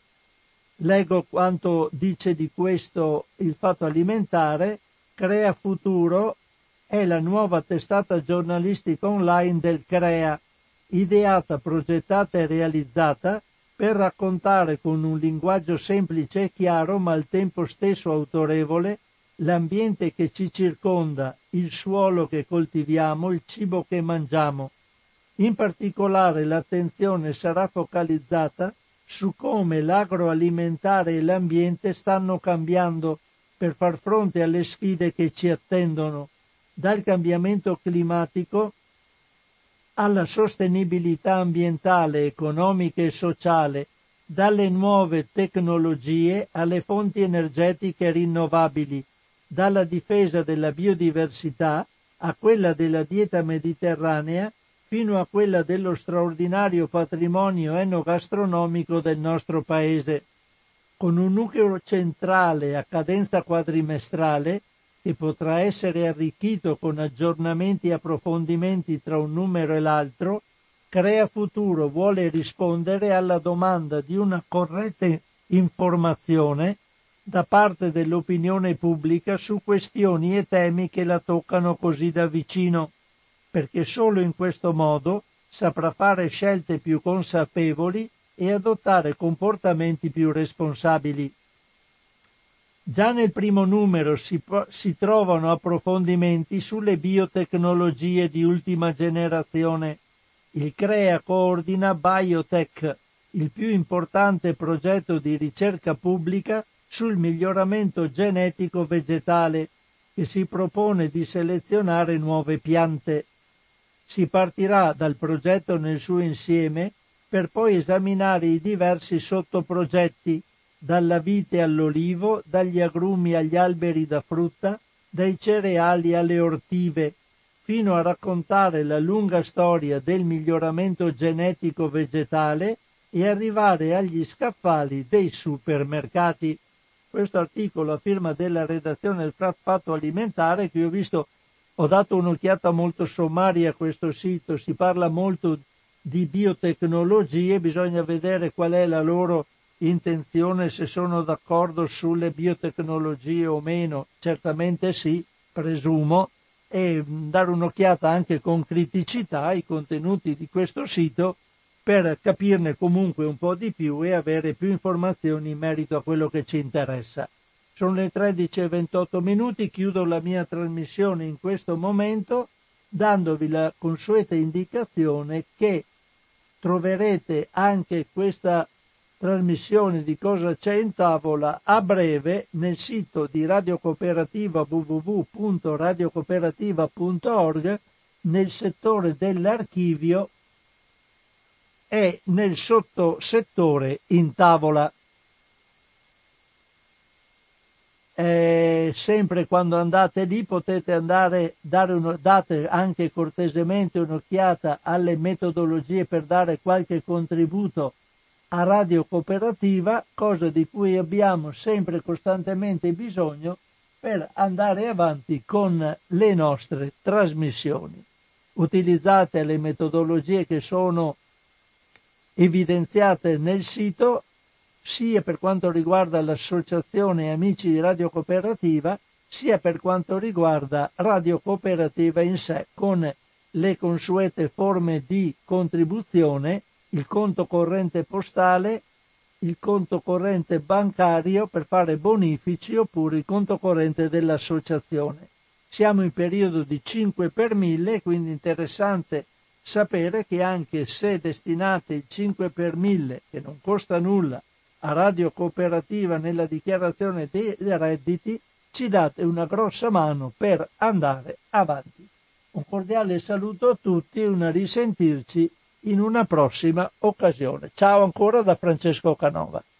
Leggo quanto dice di questo il Fatto Alimentare. Crea Futuro è la nuova testata giornalistica online del CREA, ideata, progettata e realizzata per raccontare con un linguaggio semplice e chiaro, ma al tempo stesso autorevole, l'ambiente che ci circonda, il suolo che coltiviamo, il cibo che mangiamo. In particolare l'attenzione sarà focalizzata su come l'agroalimentare e l'ambiente stanno cambiando per far fronte alle sfide che ci attendono, dal cambiamento climatico alla sostenibilità ambientale, economica e sociale, dalle nuove tecnologie alle fonti energetiche rinnovabili, dalla difesa della biodiversità a quella della dieta mediterranea, fino a quella dello straordinario patrimonio enogastronomico del nostro paese, con un nucleo centrale a cadenza quadrimestrale che potrà essere arricchito con aggiornamenti e approfondimenti tra un numero e l'altro. Crea Futuro vuole rispondere alla domanda di una corretta informazione da parte dell'opinione pubblica su questioni e temi che la toccano così da vicino, perché solo in questo modo saprà fare scelte più consapevoli e adottare comportamenti più responsabili. Già nel primo numero si, si trovano approfondimenti sulle biotecnologie di ultima generazione. Il CREA coordina Biotech, il più importante progetto di ricerca pubblica sul miglioramento genetico vegetale, che si propone di selezionare nuove piante. Si partirà dal progetto nel suo insieme per poi esaminare i diversi sottoprogetti, dalla vite all'olivo, dagli agrumi agli alberi da frutta, dai cereali alle ortive, fino a raccontare la lunga storia del miglioramento genetico vegetale e arrivare agli scaffali dei supermercati. Questo articolo a firma della redazione del Fatto Alimentare, che io ho visto, ho dato un'occhiata molto sommaria a questo sito, si parla molto di biotecnologie, bisogna vedere qual è la loro intenzione, se sono d'accordo sulle biotecnologie o meno, certamente sì, presumo, e dare un'occhiata anche con criticità ai contenuti di questo sito per capirne comunque un po' di più e avere più informazioni in merito a quello che ci interessa. Sono le tredici e ventotto minuti, chiudo la mia trasmissione in questo momento dandovi la consueta indicazione che troverete anche questa trasmissione di Cosa c'è in tavola a breve nel sito di Radio Cooperativa w w w punto radio cooperativa punto org, nel settore dell'archivio e nel sottosettore in tavola. Eh, sempre quando andate lì potete andare dare uno, date anche cortesemente un'occhiata alle metodologie per dare qualche contributo a Radio Cooperativa, cosa di cui abbiamo sempre costantemente bisogno per andare avanti con le nostre trasmissioni. Utilizzate le metodologie che sono evidenziate nel sito, sia per quanto riguarda l'associazione Amici di Radio Cooperativa, sia per quanto riguarda Radio Cooperativa in sé, con le consuete forme di contribuzione, il conto corrente postale, il conto corrente bancario per fare bonifici oppure il conto corrente dell'associazione. Siamo in periodo di cinque per mille, quindi interessante sapere che anche se destinate il cinque per mille, che non costa nulla, a Radio Cooperativa nella dichiarazione dei redditi, ci date una grossa mano per andare avanti. Un cordiale saluto a tutti e una risentirci in una prossima occasione. Ciao ancora da Francesco Canova.